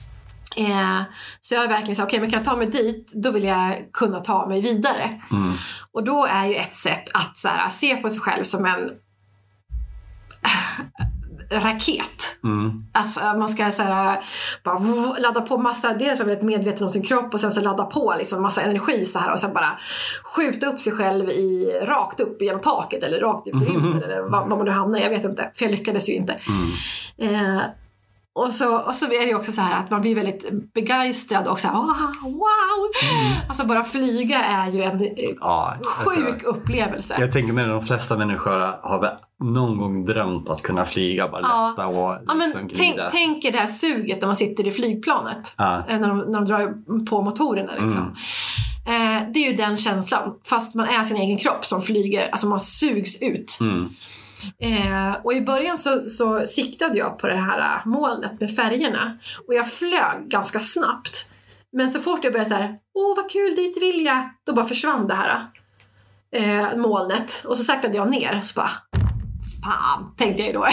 Eh, så jag har verkligen sagt, okej, okay, men kan jag ta mig dit, då vill jag kunna ta mig vidare. Mm. Och då är ju ett sätt att så här, se på sig själv som en äh, raket. Mm. Alltså man ska så här, bara ladda på massa, dels vara väldigt medveten om sin kropp och sen så ladda på liksom massa energi så här, och sen bara skjuta upp sig själv i, rakt upp genom taket eller rakt ut i rymden mm. eller var, var man nu hamnar, jag vet inte, för jag lyckades ju inte. Mm. Eh, och, så, och så är det ju också så här att man blir väldigt begeistrad och så här, oh, wow! Mm. Alltså bara flyga är ju en ja, sjuk alltså, upplevelse. Jag tänker mig att de flesta människor har någon gång drömt att kunna flyga, bara ja. lätta och liksom ja, men tänk, tänk er det här suget när man sitter i flygplanet. Ja. När, de, när de drar på motorerna liksom. Mm. Eh, det är ju den känslan, fast man är sin egen kropp som flyger, alltså man sugs ut. Mm. Eh, och i början så, så siktade jag på det här molnet med färgerna och jag flög ganska snabbt, men så fort jag började så här, åh vad kul, dit vill jag, då bara försvann det här eh, molnet och så saktade jag ner, så bara fan, tänkte jag ju då.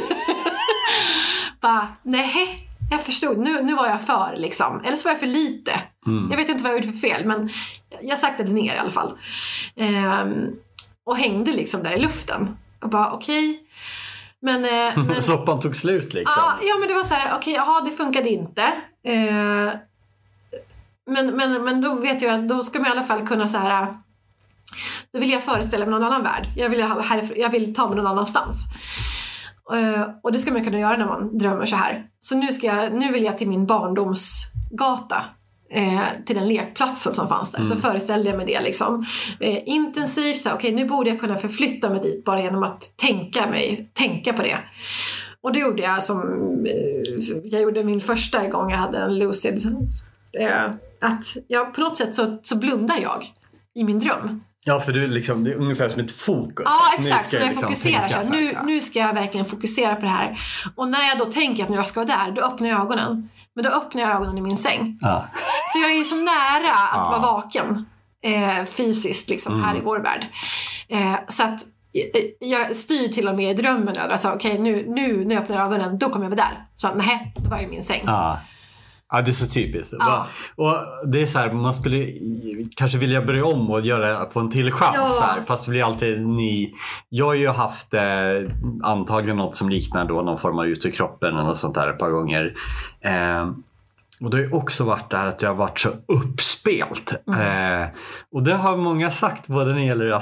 bara, nej, jag förstod, nu, nu var jag för liksom, eller så var jag för lite. Mm. Jag vet inte vad jag gjorde för fel, men jag saktade ner i alla fall eh, och hängde liksom där i luften. Och bara okej okay. Men, eh, men soppan tog slut liksom. Ah, ja men det var så här, okej, okay, jaha, det funkade inte. Eh, men, men, men då vet jag att då ska man i alla fall kunna så här, Då vill jag föreställa mig någon annan värld. Jag vill, härif- jag vill ta mig någon annanstans. Uh, och det ska man kunna göra när man drömmer så här. Så nu, ska jag, nu vill jag till min barndomsgata. Eh, till den lekplatsen som fanns där. Mm. Så föreställde jag mig det liksom. Eh, intensivt. Så, okej, nu borde jag kunna förflytta mig dit bara genom att tänka mig, tänka på det. Och det gjorde jag som eh, jag gjorde min första gång jag hade en lucid. Eh, att jag, på något sätt så, så blundar jag i min dröm. Ja, för du liksom, det är ungefär som ett fokus. Ja, exakt. Så jag, jag liksom fokuserar så här, så här, nu, ja. nu ska jag verkligen fokusera på det här. Och när jag då tänker att nu jag ska vara där, då öppnar jag ögonen. Men då öppnar jag ögonen i min säng. Ja. Så jag är ju så nära att ja. vara vaken. Eh, fysiskt liksom, mm. här i vår värld. Eh, så att jag styr till och med i drömmen över att okej, okay, nu, nu, nu öppnar jag ögonen, då kommer jag vara där. Så att nej, då var jag i min säng. Ja. Ja, det är så typiskt. Ja. Och det är så här, man skulle kanske vilja börja om och göra på en till chans ja. här, fast det blir alltid ny. Jag har ju haft eh, antagligen något som liknar då någon form av ut ur kroppen eller något sånt där ett par gånger. Eh, och det har ju också varit det här att jag har varit så uppspelt. Mm. Eh, och det har många sagt, både när det gäller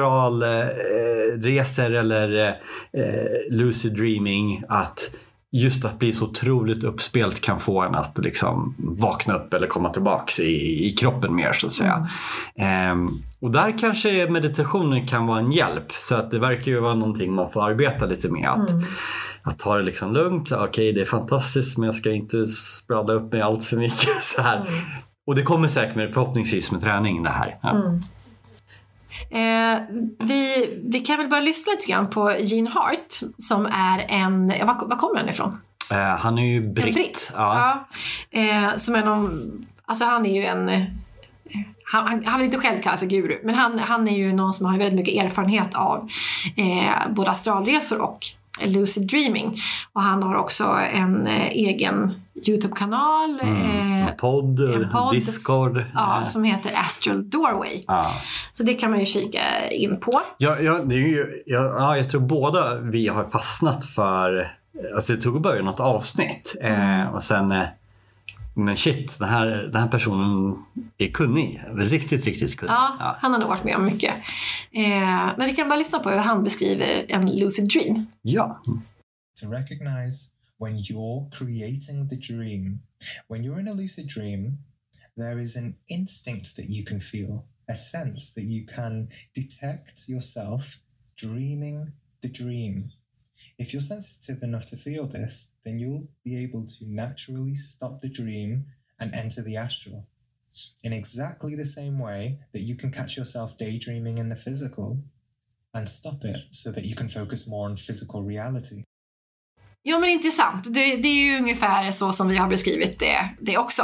astralresor eh, eller eh, lucid dreaming, att just att bli så otroligt uppspelt kan få en att liksom vakna upp eller komma tillbaks i, i kroppen mer, så att säga. Mm. Um, och där kanske meditationen kan vara en hjälp. Så att det verkar ju vara någonting man får arbeta lite med. Att, mm. att ta det liksom lugnt. Okej, okay, det är fantastiskt, men jag ska inte sprada upp mig allt för mycket. Så här. Mm. Och det kommer säkert med, förhoppningsvis med träning det här. Ja. Mm. Eh, vi, vi kan väl bara lyssna lite grann på Gene Hart, som är en, ja, var, var kommer han ifrån? Eh, han är ju britt. britt. Ja. Ja. Eh, som är någon, alltså han är ju en, han, han, han vill inte själv kalla sig guru, men han, han är ju någon som har väldigt mycket erfarenhet av eh, både astralresor och lucid dreaming. Och han har också en eh, egen YouTube-kanal. Mm. Eh, en podd, en podd Discord. Ja, som heter Astral Doorway. Ah. Så det kan man ju kika in på. Ja, ja, det är ju, ja, ja, jag tror båda vi har fastnat för, alltså det tog bara något avsnitt. Mm. Eh, och sen, eh, men shit, den här, den här personen är kunnig. Riktigt, riktigt kunnig. Ja, ja. Han har nog varit med om mycket. Eh, men vi kan bara lyssna på hur han beskriver en lucid dream. Ja. To recognize when you're creating the dream. When you're in a lucid dream, there is an instinct that you can feel, a sense that you can detect yourself dreaming the dream. If you're sensitive enough to feel this, then you'll be able to naturally stop the dream and enter the astral. In exactly the same way that you can catch yourself daydreaming in the physical and stop it so that you can focus more on physical reality. Ja, men intressant. Det, det är ju ungefär så som vi har beskrivit det, det också.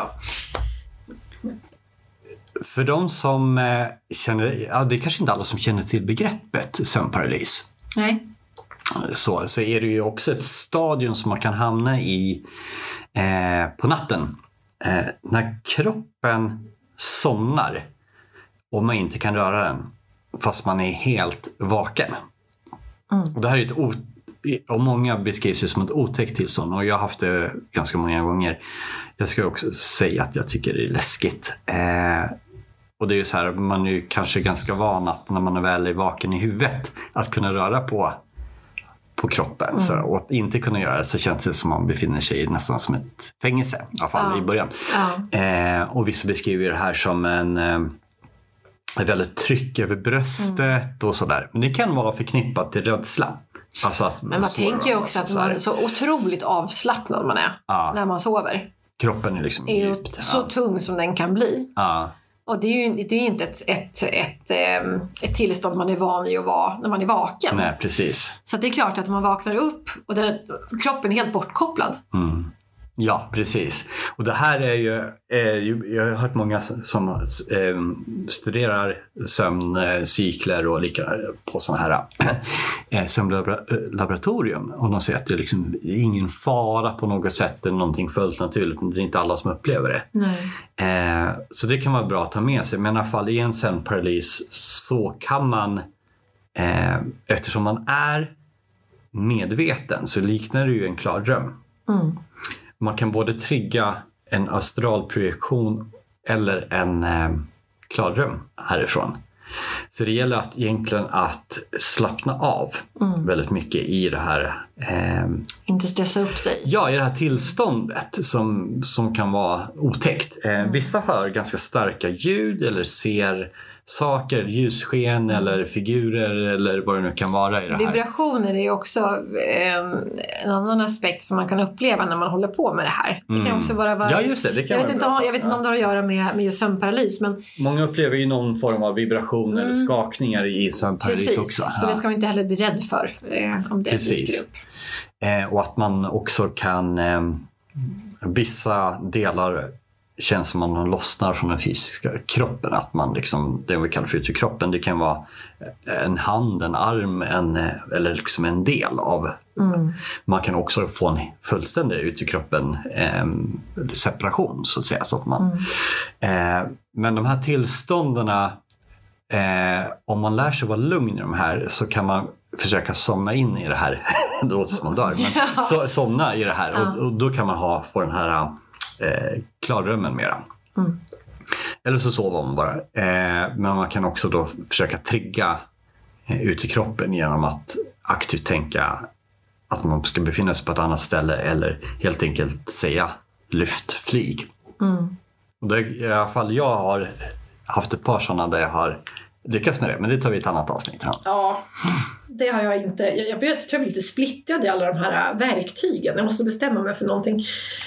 För de som eh, känner, ja, det är kanske inte alla som känner till begreppet sömnparalys. Nej. Så, så är det ju också ett stadium som man kan hamna i eh, på natten. Eh, när kroppen somnar och man inte kan röra den fast man är helt vaken. Mm. Och det här är ett o- och många beskrivs det som ett otäckt tillstånd, och jag har haft det ganska många gånger. Jag ska också säga att jag tycker det är läskigt. Eh, och det är ju så här, man är ju kanske ganska van att när man är väl är vaken i huvudet att kunna röra på på kroppen. Mm. Så, och att inte kunna göra det, så känns det som man befinner sig nästan som ett fängelse, i alla fall ja. i början. Ja. Eh, och vissa beskriver det här som en eh, ett väldigt tryck över bröstet mm. och sådär. Men det kan vara förknippat till rädsla. Alltså att man Men man tänker ju också att man är så otroligt avslappnad man är ja. när man sover. Kroppen är liksom är ju djupt, så ja. tung som den kan bli. Ja. Och det är ju det är inte ett, ett, ett, ett, ett tillstånd man är van i att vara när man är vaken. Nej, precis. Så det är klart att man vaknar upp och där, kroppen är helt bortkopplad. Mm. Ja, precis. Och det här är ju, eh, jag har hört många som eh, studerar sömncykler och lika på sådana här eh, sömnlaboratorium. Och de säger att det är liksom ingen fara på något sätt eller någonting fullt naturligt. Det är inte alla som upplever det. Nej. Eh, så det kan vara bra att ta med sig. Men i alla fall i en sömnparalys så kan man, eh, eftersom man är medveten, så liknar det ju en klar dröm. Mm. Man kan både trigga en astralprojektion eller en eh, klardröm härifrån. Så det gäller att egentligen att slappna av mm. väldigt mycket i det här. Eh, Inte stressa upp sig. Ja, i det här tillståndet som, som kan vara otäckt. Eh, mm. Vissa hör ganska starka ljud eller ser saker, ljussken mm. eller figurer eller vad det nu kan vara i det här. Vibrationer är också eh, en annan aspekt som man kan uppleva när man håller på med det här. Det kan också vara... vara ja, just det. det kan jag, vet inte om, jag vet inte om det har att göra med, med just sömnparalys. Men... Många upplever ju någon form av vibration mm. eller skakningar i sömnparalys Precis. också. Så det ska man inte heller bli rädd för eh, om det dyker upp. Eh, och att man också kan... Eh, vissa delar... känns som man lossnar från den fysiska kroppen, att man liksom, det vi kallar för ut i kroppen, det kan vara en hand, en arm, en, eller liksom en del av mm. man kan också få en fullständig ut i kroppen eh, separation så att säga, så att man mm. eh, men de här tillstånderna eh, om man lär sig vara lugn i de här så kan man försöka somna in i det här det låter som man dör, men ja. så, somna i det här ja. och, och då kan man ha, få den här Eh, klardrömmen mera. Mm. Eller så sover man bara. Eh, men man kan också då försöka trigga eh, ut i kroppen genom att aktivt tänka att man ska befinna sig på ett annat ställe eller helt enkelt säga lyft, flyg. Mm. Och det, i alla fall jag har haft ett par sådana där jag har lyckats med det, men det tar vi ett annat avsnitt. Ja, ja det har jag inte. Jag, jag, jag tror jag blir lite splittrad i alla de här verktygen. Jag måste bestämma mig för någonting.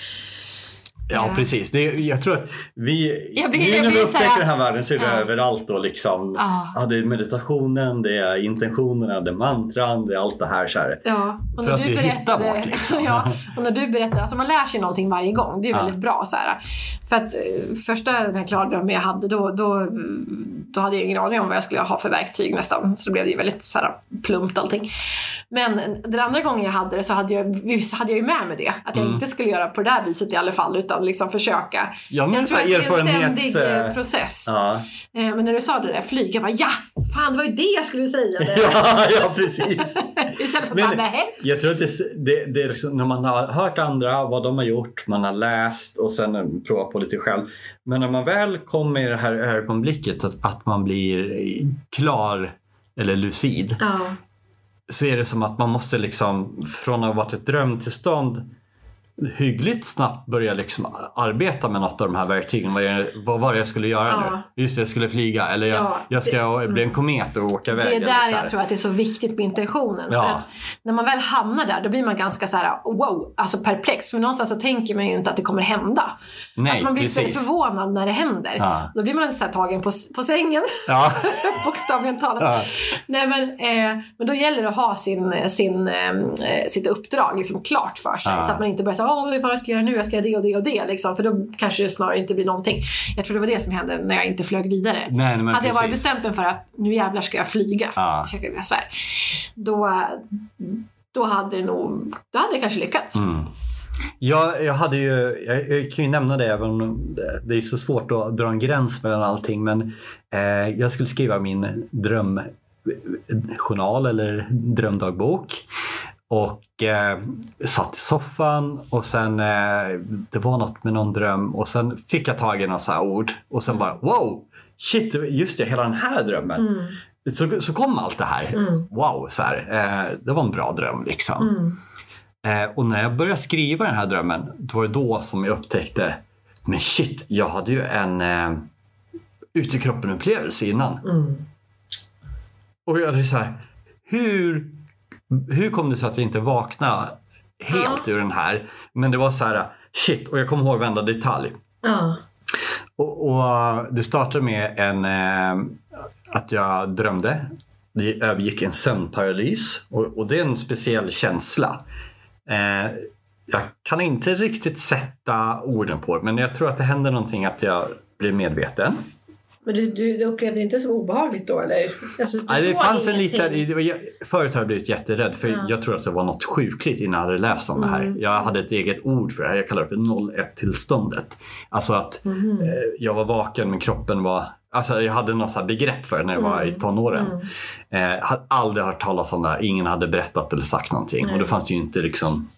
Ja, ja, precis. Det, jag tror att vi, jag blir, nu jag när vi upptäcker här, den här världen så är det ja. överallt. Och liksom, ja. Ja, det är meditationen, det är intentionerna, det är mantran, det är allt det här. Så här ja. Och för när att du du hittar bort. Liksom. Ja, och när du berättar, alltså man lär sig någonting varje gång. Det är ja. väldigt bra. Så här. För att första den här klardrömmen jag hade, då, då, då hade jag ingen aning om vad jag skulle ha för verktyg nästan. Så det blev ju väldigt så här, plumpt allting. Men den andra gången jag hade det så hade jag, hade jag ju med mig det. Att jag mm. inte skulle göra på det här viset i alla fall, utan liksom försöka. Jag minns att det är en ständig process. Ja. Men när du sa det där flyg, jag bara, ja, fan det var ju det jag skulle säga. ja, ja, precis. Istället för Men, att bara, nej. Jag tror att det, det, det är liksom, när man har hört andra, vad de har gjort, man har läst och sen provat på lite själv. Men när man väl kommer i det här ögonblicket att, att man blir klar eller lucid. Ja. Så är det som att man måste liksom från att ha varit ett drömtillstånd hyggligt snabbt börja liksom arbeta med något av de här verktygen. Vad, jag, vad var det jag skulle göra ja. nu? Just det, jag skulle flyga. Eller jag, ja, jag ska det, bli en komet och åka iväg. Det är där jag tror att det är så viktigt med intentionen. Ja. För att när man väl hamnar där, då blir man ganska så här, wow, alltså perplex. För någonstans så tänker man ju inte att det kommer hända. Nej, alltså man blir precis. väldigt förvånad när det händer. Ja. Då blir man så här tagen på, på sängen. Ja. Bokstavligen talat. Ja. Nej, men, eh, men då gäller det att ha sin, sin, eh, sitt uppdrag liksom klart för sig. Ja. Så att man inte börjar säga, åh, vad ska jag göra nu? Jag ska göra det och det och det. Liksom. För då kanske det snarare inte blir någonting. Jag tror det var det som hände när jag inte flög vidare. Nej, men hade jag varit precis. bestämt mig för att nu jävlar ska jag flyga. Ja. Jag, jag svär. Då, då hade det nog, då hade det kanske lyckats. Mm. Jag, jag hade ju, jag, jag kan ju nämna det även om det är så svårt att dra en gräns mellan allting, men eh, jag skulle skriva min drömjournal eller drömdagbok och eh, satt i soffan och sen eh, det var något med någon dröm och sen fick jag tag i några så här ord och sen bara wow, shit, just det, hela den här drömmen. Mm. Så, så kom allt det här. Mm. Wow, så här, eh, det var en bra dröm liksom. Mm. Eh, och när jag började skriva den här drömmen, då var det då som jag upptäckte, men shit, jag hade ju en eh, ut i kroppen upplevelse innan. Mm. Och jag hade så här, hur, hur kom det sig att jag inte vaknade helt ja. ur den här? Men det var så här, shit, och jag kommer ihåg varenda detalj. Ja. Och, och det startade med en, eh, att jag drömde. Det övergick en sömnparalys och, och det är en speciell känsla. Eh, jag kan inte riktigt sätta orden på det, men jag tror att det händer någonting att jag blir medveten. Men du, du, du upplevde det inte så obehagligt då, eller? Alltså, Nej, det fanns en liten... Förut har jag blivit jätterädd, för ja. jag tror att det var något sjukligt innan jag hade läst om mm. det här. Jag hade ett eget ord för det här, jag kallar det för noll ett-tillståndet. Alltså att mm. eh, jag var vaken men kroppen var... Alltså jag hade något så här begrepp för det när jag var i tonåren. Mm. Eh, hade aldrig hört talas om det här. Ingen hade berättat eller sagt någonting. Mm. Och då fanns det ju inte liksom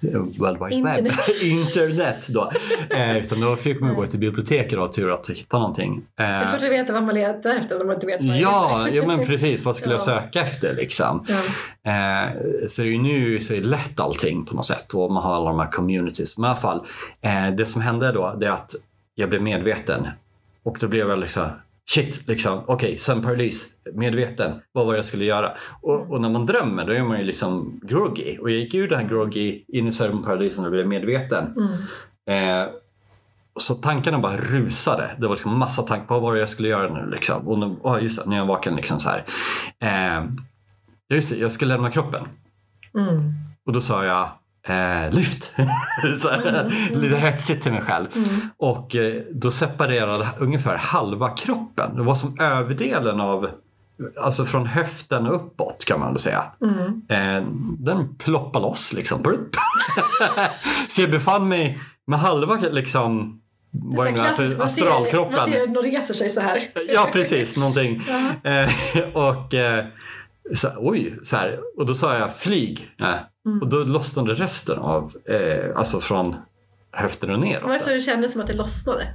World Wide Internet. Web. Internet då. Eh, utan då fick man gå till biblioteket och tur att hitta någonting. Eh, det är svårt att veta vad man letar efter när man inte vet vad ja, ja, men precis. Vad skulle ja. jag söka efter liksom? Ja. Eh, så det är ju nu så är det lätt allting på något sätt. Och man har alla de här communities. Men i alla fall, eh, det som hände då, det är att jag blev medveten. Och då blev jag liksom, shit, liksom, okej, okay, sömnparalys, medveten, vad var det jag skulle göra? Och, och när man drömmer, då är man ju liksom groggy. Och jag gick ur den här groggy in i sömnparalysen och blev medveten. Mm. Eh, så tankarna bara rusade. Det var liksom massa tankar på vad var det jag skulle göra nu liksom. Och nu, oh, just det, när jag var vaken liksom så här. Eh, just det, jag skulle lämna kroppen. Mm. Och då sa jag, Eh, lyft. så, mm, mm. Lite hetsigt till mig själv. Mm. Och eh, då separerade ungefär halva kroppen. Det var som överdelen av, alltså från höften uppåt kan man väl säga. Mm. Eh, den ploppade loss liksom. Så jag befann mig med halva liksom, vad är det för astralkroppen. Man ser någon reser sig så här. Ja, precis, någonting. eh, och eh, så, oj, så här. Och då sa jag flyg. Nej. Mm. Och då lossnade resten av, eh, alltså från höften och ner. Men så det kändes som att det lossnade?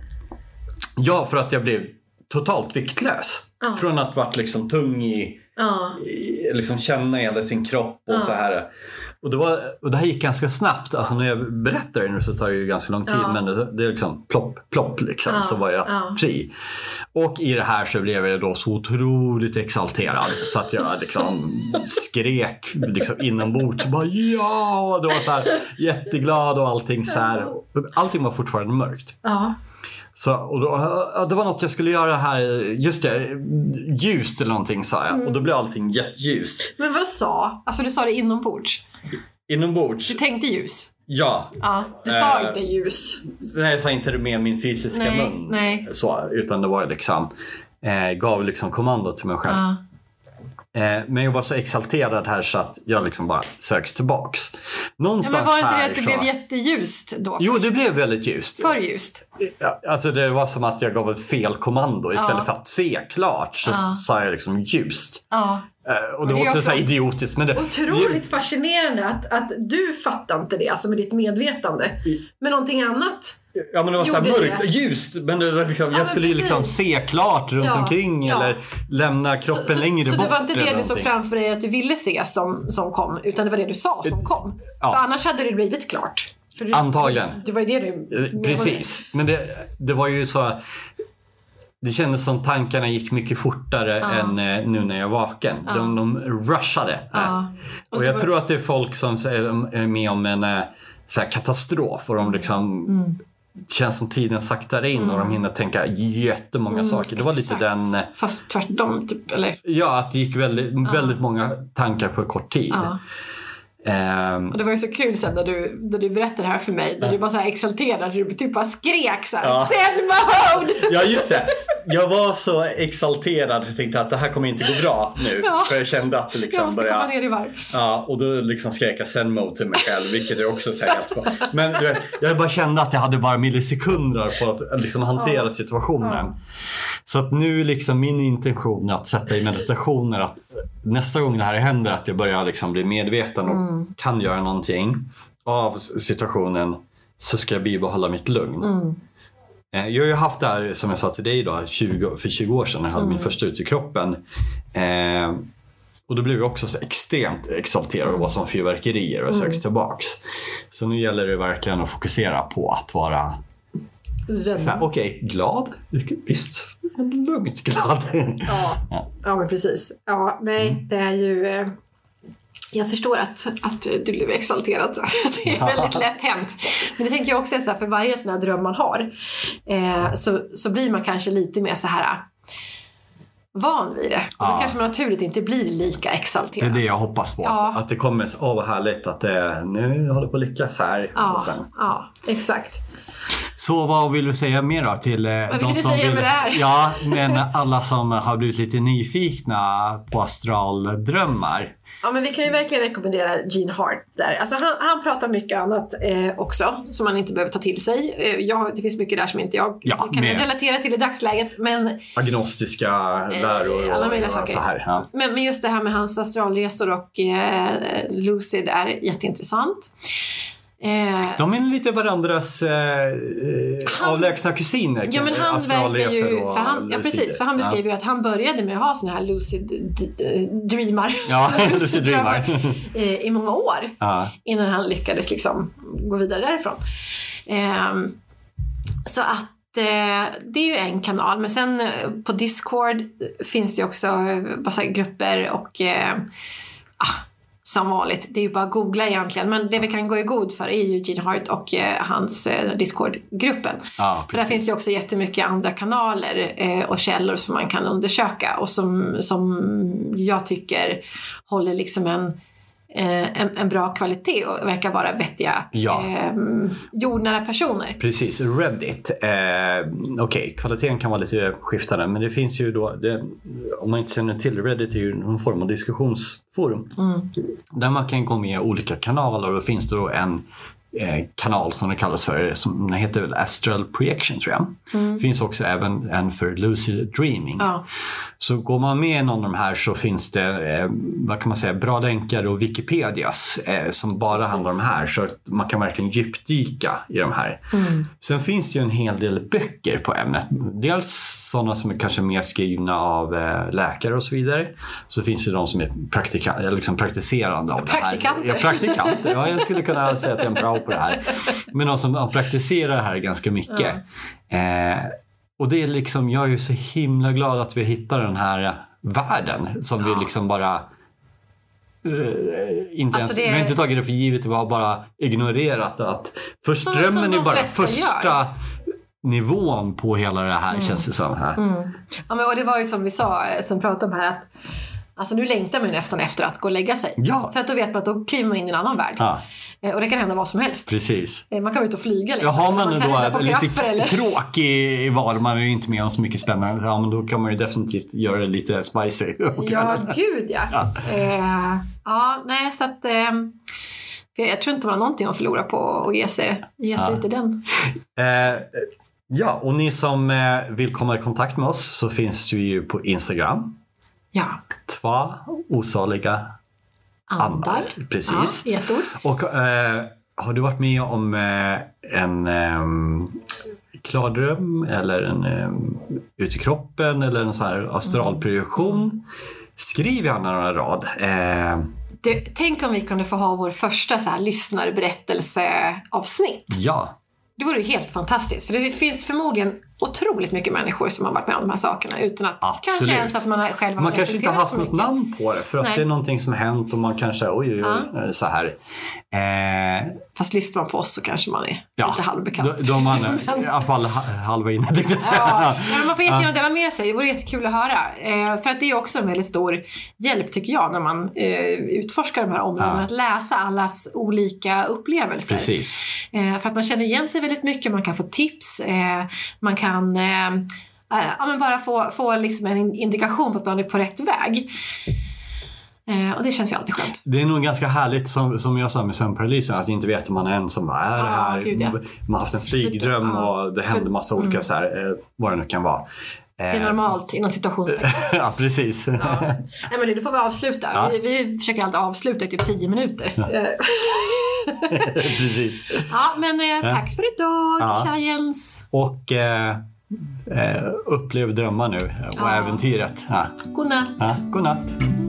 Ja, för att jag blev totalt viktlös. Ah. Från att varit liksom tung i, ah. i liksom känna hela sin kropp och ah. så här. Och det, var, och det här gick ganska snabbt. Alltså när jag berättar det nu så tar det ju ganska lång tid. Ja. Men det, det är liksom plopp, plopp liksom. Ja. Så var jag ja. fri. Och i det här så blev jag då så otroligt exalterad. Så att jag liksom skrek liksom inombords. Bara ja! Och det var så här jätteglad och allting så här. Allting var fortfarande mörkt. Ja. Så, och då, det var något jag skulle göra här. Just det, ljust eller någonting sa jag. Mm. Och då blev allting jätteljust. Men vad sa? Alltså du sa det inombords? Inombords. Du tänkte ljus? Ja. Ja, du sa uh, inte ljus. Nej, jag sa inte det med min fysiska nej, mun. Nej. Så, utan det var liksom, eh, gav liksom kommando till mig själv. Uh. Eh, men jag var så exalterad här så att jag liksom bara söks tillbaks. Någonstans ja, men var det inte här det att det så... blev jätteljust då? Jo, det blev väldigt ljust. För ljust? Ja, alltså det var som att jag gav ett fel kommando. Istället ja. för att se klart så ja. sa jag liksom ljust. Ja. Eh, och det, det var inte så idiotiskt. Men det, otroligt det... fascinerande att, att du fattar inte det, alltså med ditt medvetande. I... Men någonting annat... Ja, men det var så här mörkt och ljust. Men det var liksom, ja, jag skulle ju liksom se klart runt ja, omkring ja. eller lämna kroppen så, längre så, bort. Så det var inte det du såg framför dig att du ville se som, som kom, utan det var det du sa som kom. Ja. För annars hade det blivit klart. För du, antagligen. Det var ju det du... Precis. Men det, det var ju så... Det kändes som tankarna gick mycket fortare ja. än eh, nu när jag var vaken. Ja. De, de rushade. Ja. Och, och jag var... tror att det är folk som är med om en eh, så här katastrof. Och de liksom... Mm. känns som tiden saktar in mm. och de hinner tänka jättemånga mm, saker. Det var exakt. lite den... Fast tvärtom, typ, eller? Ja, att det gick väldigt, ja. väldigt många tankar på kort tid. Ja. Um, och det var ju så kul sen när du, när du berättade det här för mig. När ja. du var så här exalterad. Du typ bara skrek så här. Ja. Zen mode! Ja, just det. Jag var så exalterad. Jag tänkte att det här kommer inte gå bra nu. Ja. För jag kände att det liksom jag måste började... komma ner i varv. Ja, och då liksom skrek jag zen mode till mig själv. Vilket jag också säger helt på. Men du vet, jag bara kände att jag hade bara millisekunder på att liksom hantera ja. situationen. Ja. Så att nu liksom min intention att sätta i meditationer. Att nästa gång det här händer att jag börjar liksom bli medveten och mm. kan göra någonting av situationen, så ska jag bibehålla mitt lugn. Mm. Jag har ju haft det här, som jag sa till dig då, tjugo, för tjugo år sedan när jag hade mm. min första ut i kroppen. Eh, och då blev jag också så extremt exalterad och var som fyrverkerier och söks mm. tillbaks. Så nu gäller det verkligen att fokusera på att vara okej, okay, glad. Visst, men lugnt glad. Ja, ja. ja men precis. Ja, nej, mm. det är ju... Eh... Jag förstår att, att du blev exalterad. Det är väldigt lätt hänt. Men det tänker jag också är så här, för varje sån här dröm man har eh, så, så blir man kanske lite mer så här van vid det. Och ja. då kanske man naturligt inte blir lika exalterad. Det är det jag hoppas på. Ja. Att det kommer, åh vad härligt att det nu håller på att lyckas här. Ja, ja exakt. Så vad vill du säga mer då till eh, vad de vill du som säga vill, med det här? Ja, men alla som har blivit lite nyfikna på astraldrömmar. Ja, men vi kan ju verkligen rekommendera Gene Hart där. Alltså han, han pratar mycket annat eh, också som man inte behöver ta till sig. Eh, jag, det finns mycket där som inte jag ja, kan med. relatera till i dagsläget. Men, agnostiska läror eh, alla möjliga och saker. Så här. Ja. Men, men just det här med hans astralresor och eh, lucid är jätteintressant. Eh, De är lite varandras eh, han, avlägsna kusiner. Ja, men han verkar ju, för han, ja, precis, för han beskriver ja. ju att han började med att ha såna här lucid d- dreamar, ja, lucid dreamar. i, i många år ja. innan han lyckades liksom gå vidare därifrån. Eh, så att eh, det är ju en kanal, men sen på Discord finns det också massa grupper och eh, ah, som vanligt, det är ju bara att googla egentligen, men det vi kan gå i god för är ju Gene Hart och eh, hans eh, Discord-gruppen. Ja, för där finns det också jättemycket andra kanaler eh, och källor som man kan undersöka och som, som jag tycker håller liksom en En, en bra kvalitet och verkar vara vettiga ja. eh, jordnära personer. Precis, Reddit. Eh, Okej, okay. Kvaliteten kan vara lite skiftande, men det finns ju då, det, om man inte känner till Reddit, är ju någon form av diskussionsforum. Mm. Där man kan gå med i olika kanaler och då finns det då en eh, kanal som det kallas för, som den heter väl Astral Projection tror jag. Mm. Finns också även en för Lucid Dreaming. Ja. Så går man med i någon av de här så finns det, eh, vad kan man säga, bra länkar och Wikipedias eh, som bara Precis. handlar om det här. Så att man kan verkligen djupdyka i de här. Mm. Sen finns det ju en hel del böcker på ämnet. Dels sådana som är kanske mer skrivna av eh, läkare och så vidare. Så finns det de som är praktika- liksom praktiserande av Praktikanter. det här. Ja, praktikanter. Ja, jag skulle kunna säga att jag är bra på det här. Men de som praktiserar det här ganska mycket. Mm. Eh, Och det är liksom, jag är ju så himla glad att vi hittar den här världen som ja. vi liksom bara uh, inte alltså ens, det... vi har inte tagit det för givet, vi har bara ignorerat att för strömmen är bara första gör. nivån på hela det här mm. känns det som här. Mm. Ja, men och det var ju som vi sa, som pratade om här att alltså nu längtar man ju nästan efter att gå och lägga sig. Ja. För att då vet man att då kliver man in i en annan värld. Ja. Och det kan hända vad som helst. Precis. Man kan vara ute och flyga liksom. Ja, har man, man då lite eller? tråk i, i val, man är ju inte med om så mycket spännande. Ja, men då kan man ju definitivt göra det lite spicy. Ja, gud ja. Ja, eh, ja nej så att eh, jag tror inte man har någonting att förlora på att ge sig, ge sig ja. ut i den. Eh, ja, och ni som eh, vill komma i kontakt med oss så finns vi ju på Instagram. Ja. Två osaliga andar. andar. Precis. Ja, ett ord. Och eh, har du varit med om eh, en eh, klardröm eller en eh, ut i kroppen eller en sån här astralprojektion? Mm. Skriv gärna några rad. Eh, du, tänk om vi kunde få ha vår första så här lyssnarberättelseavsnitt. Ja. Det vore ju helt fantastiskt. För det finns förmodligen otroligt mycket människor som har varit med om de här sakerna utan att Absolut. kanske ens att man själv har Man kanske inte har haft något namn på det för att Nej. det är någonting som har hänt och man kanske, oj, oj, oj ja. så här. Eh, Fast lyssnar man på oss så kanske man är ja. lite halvbekant. Då, då man i alla fall halva inne, tänkte jag säga. Ja. Ja, man får jättegärna dela med sig. Det vore jättekul att höra. Eh, för att det är också en väldigt stor hjälp tycker jag när man eh, utforskar de här områdena. Ja. Att läsa allas olika upplevelser. Precis. Eh, för att man känner igen sig väldigt mycket. Man kan få tips. Eh, man kan eh, eh, ja, men bara få, få liksom en indikation på att man är på rätt väg. Eh, och det känns ju alltid skönt. Det är nog ganska härligt som, som jag sa med sömnparalysen att inte veta man är ensam. Vad är det här? Ah, gud, ja. Man har haft en flygdröm ah, och det händer massa olika mm. så här, eh, vad det nu kan vara. Det är normalt inom situationstecken. Ja, precis. Ja. Nej, men det får vi avsluta. Ja. Vi, vi försöker alltid avsluta i typ tio minuter. Ja. Precis. Ja, men eh, tack för idag, ja. kära Jens. Och eh, upplev drömmar nu och ja. äventyret. Ja. God natt. Ja, god natt.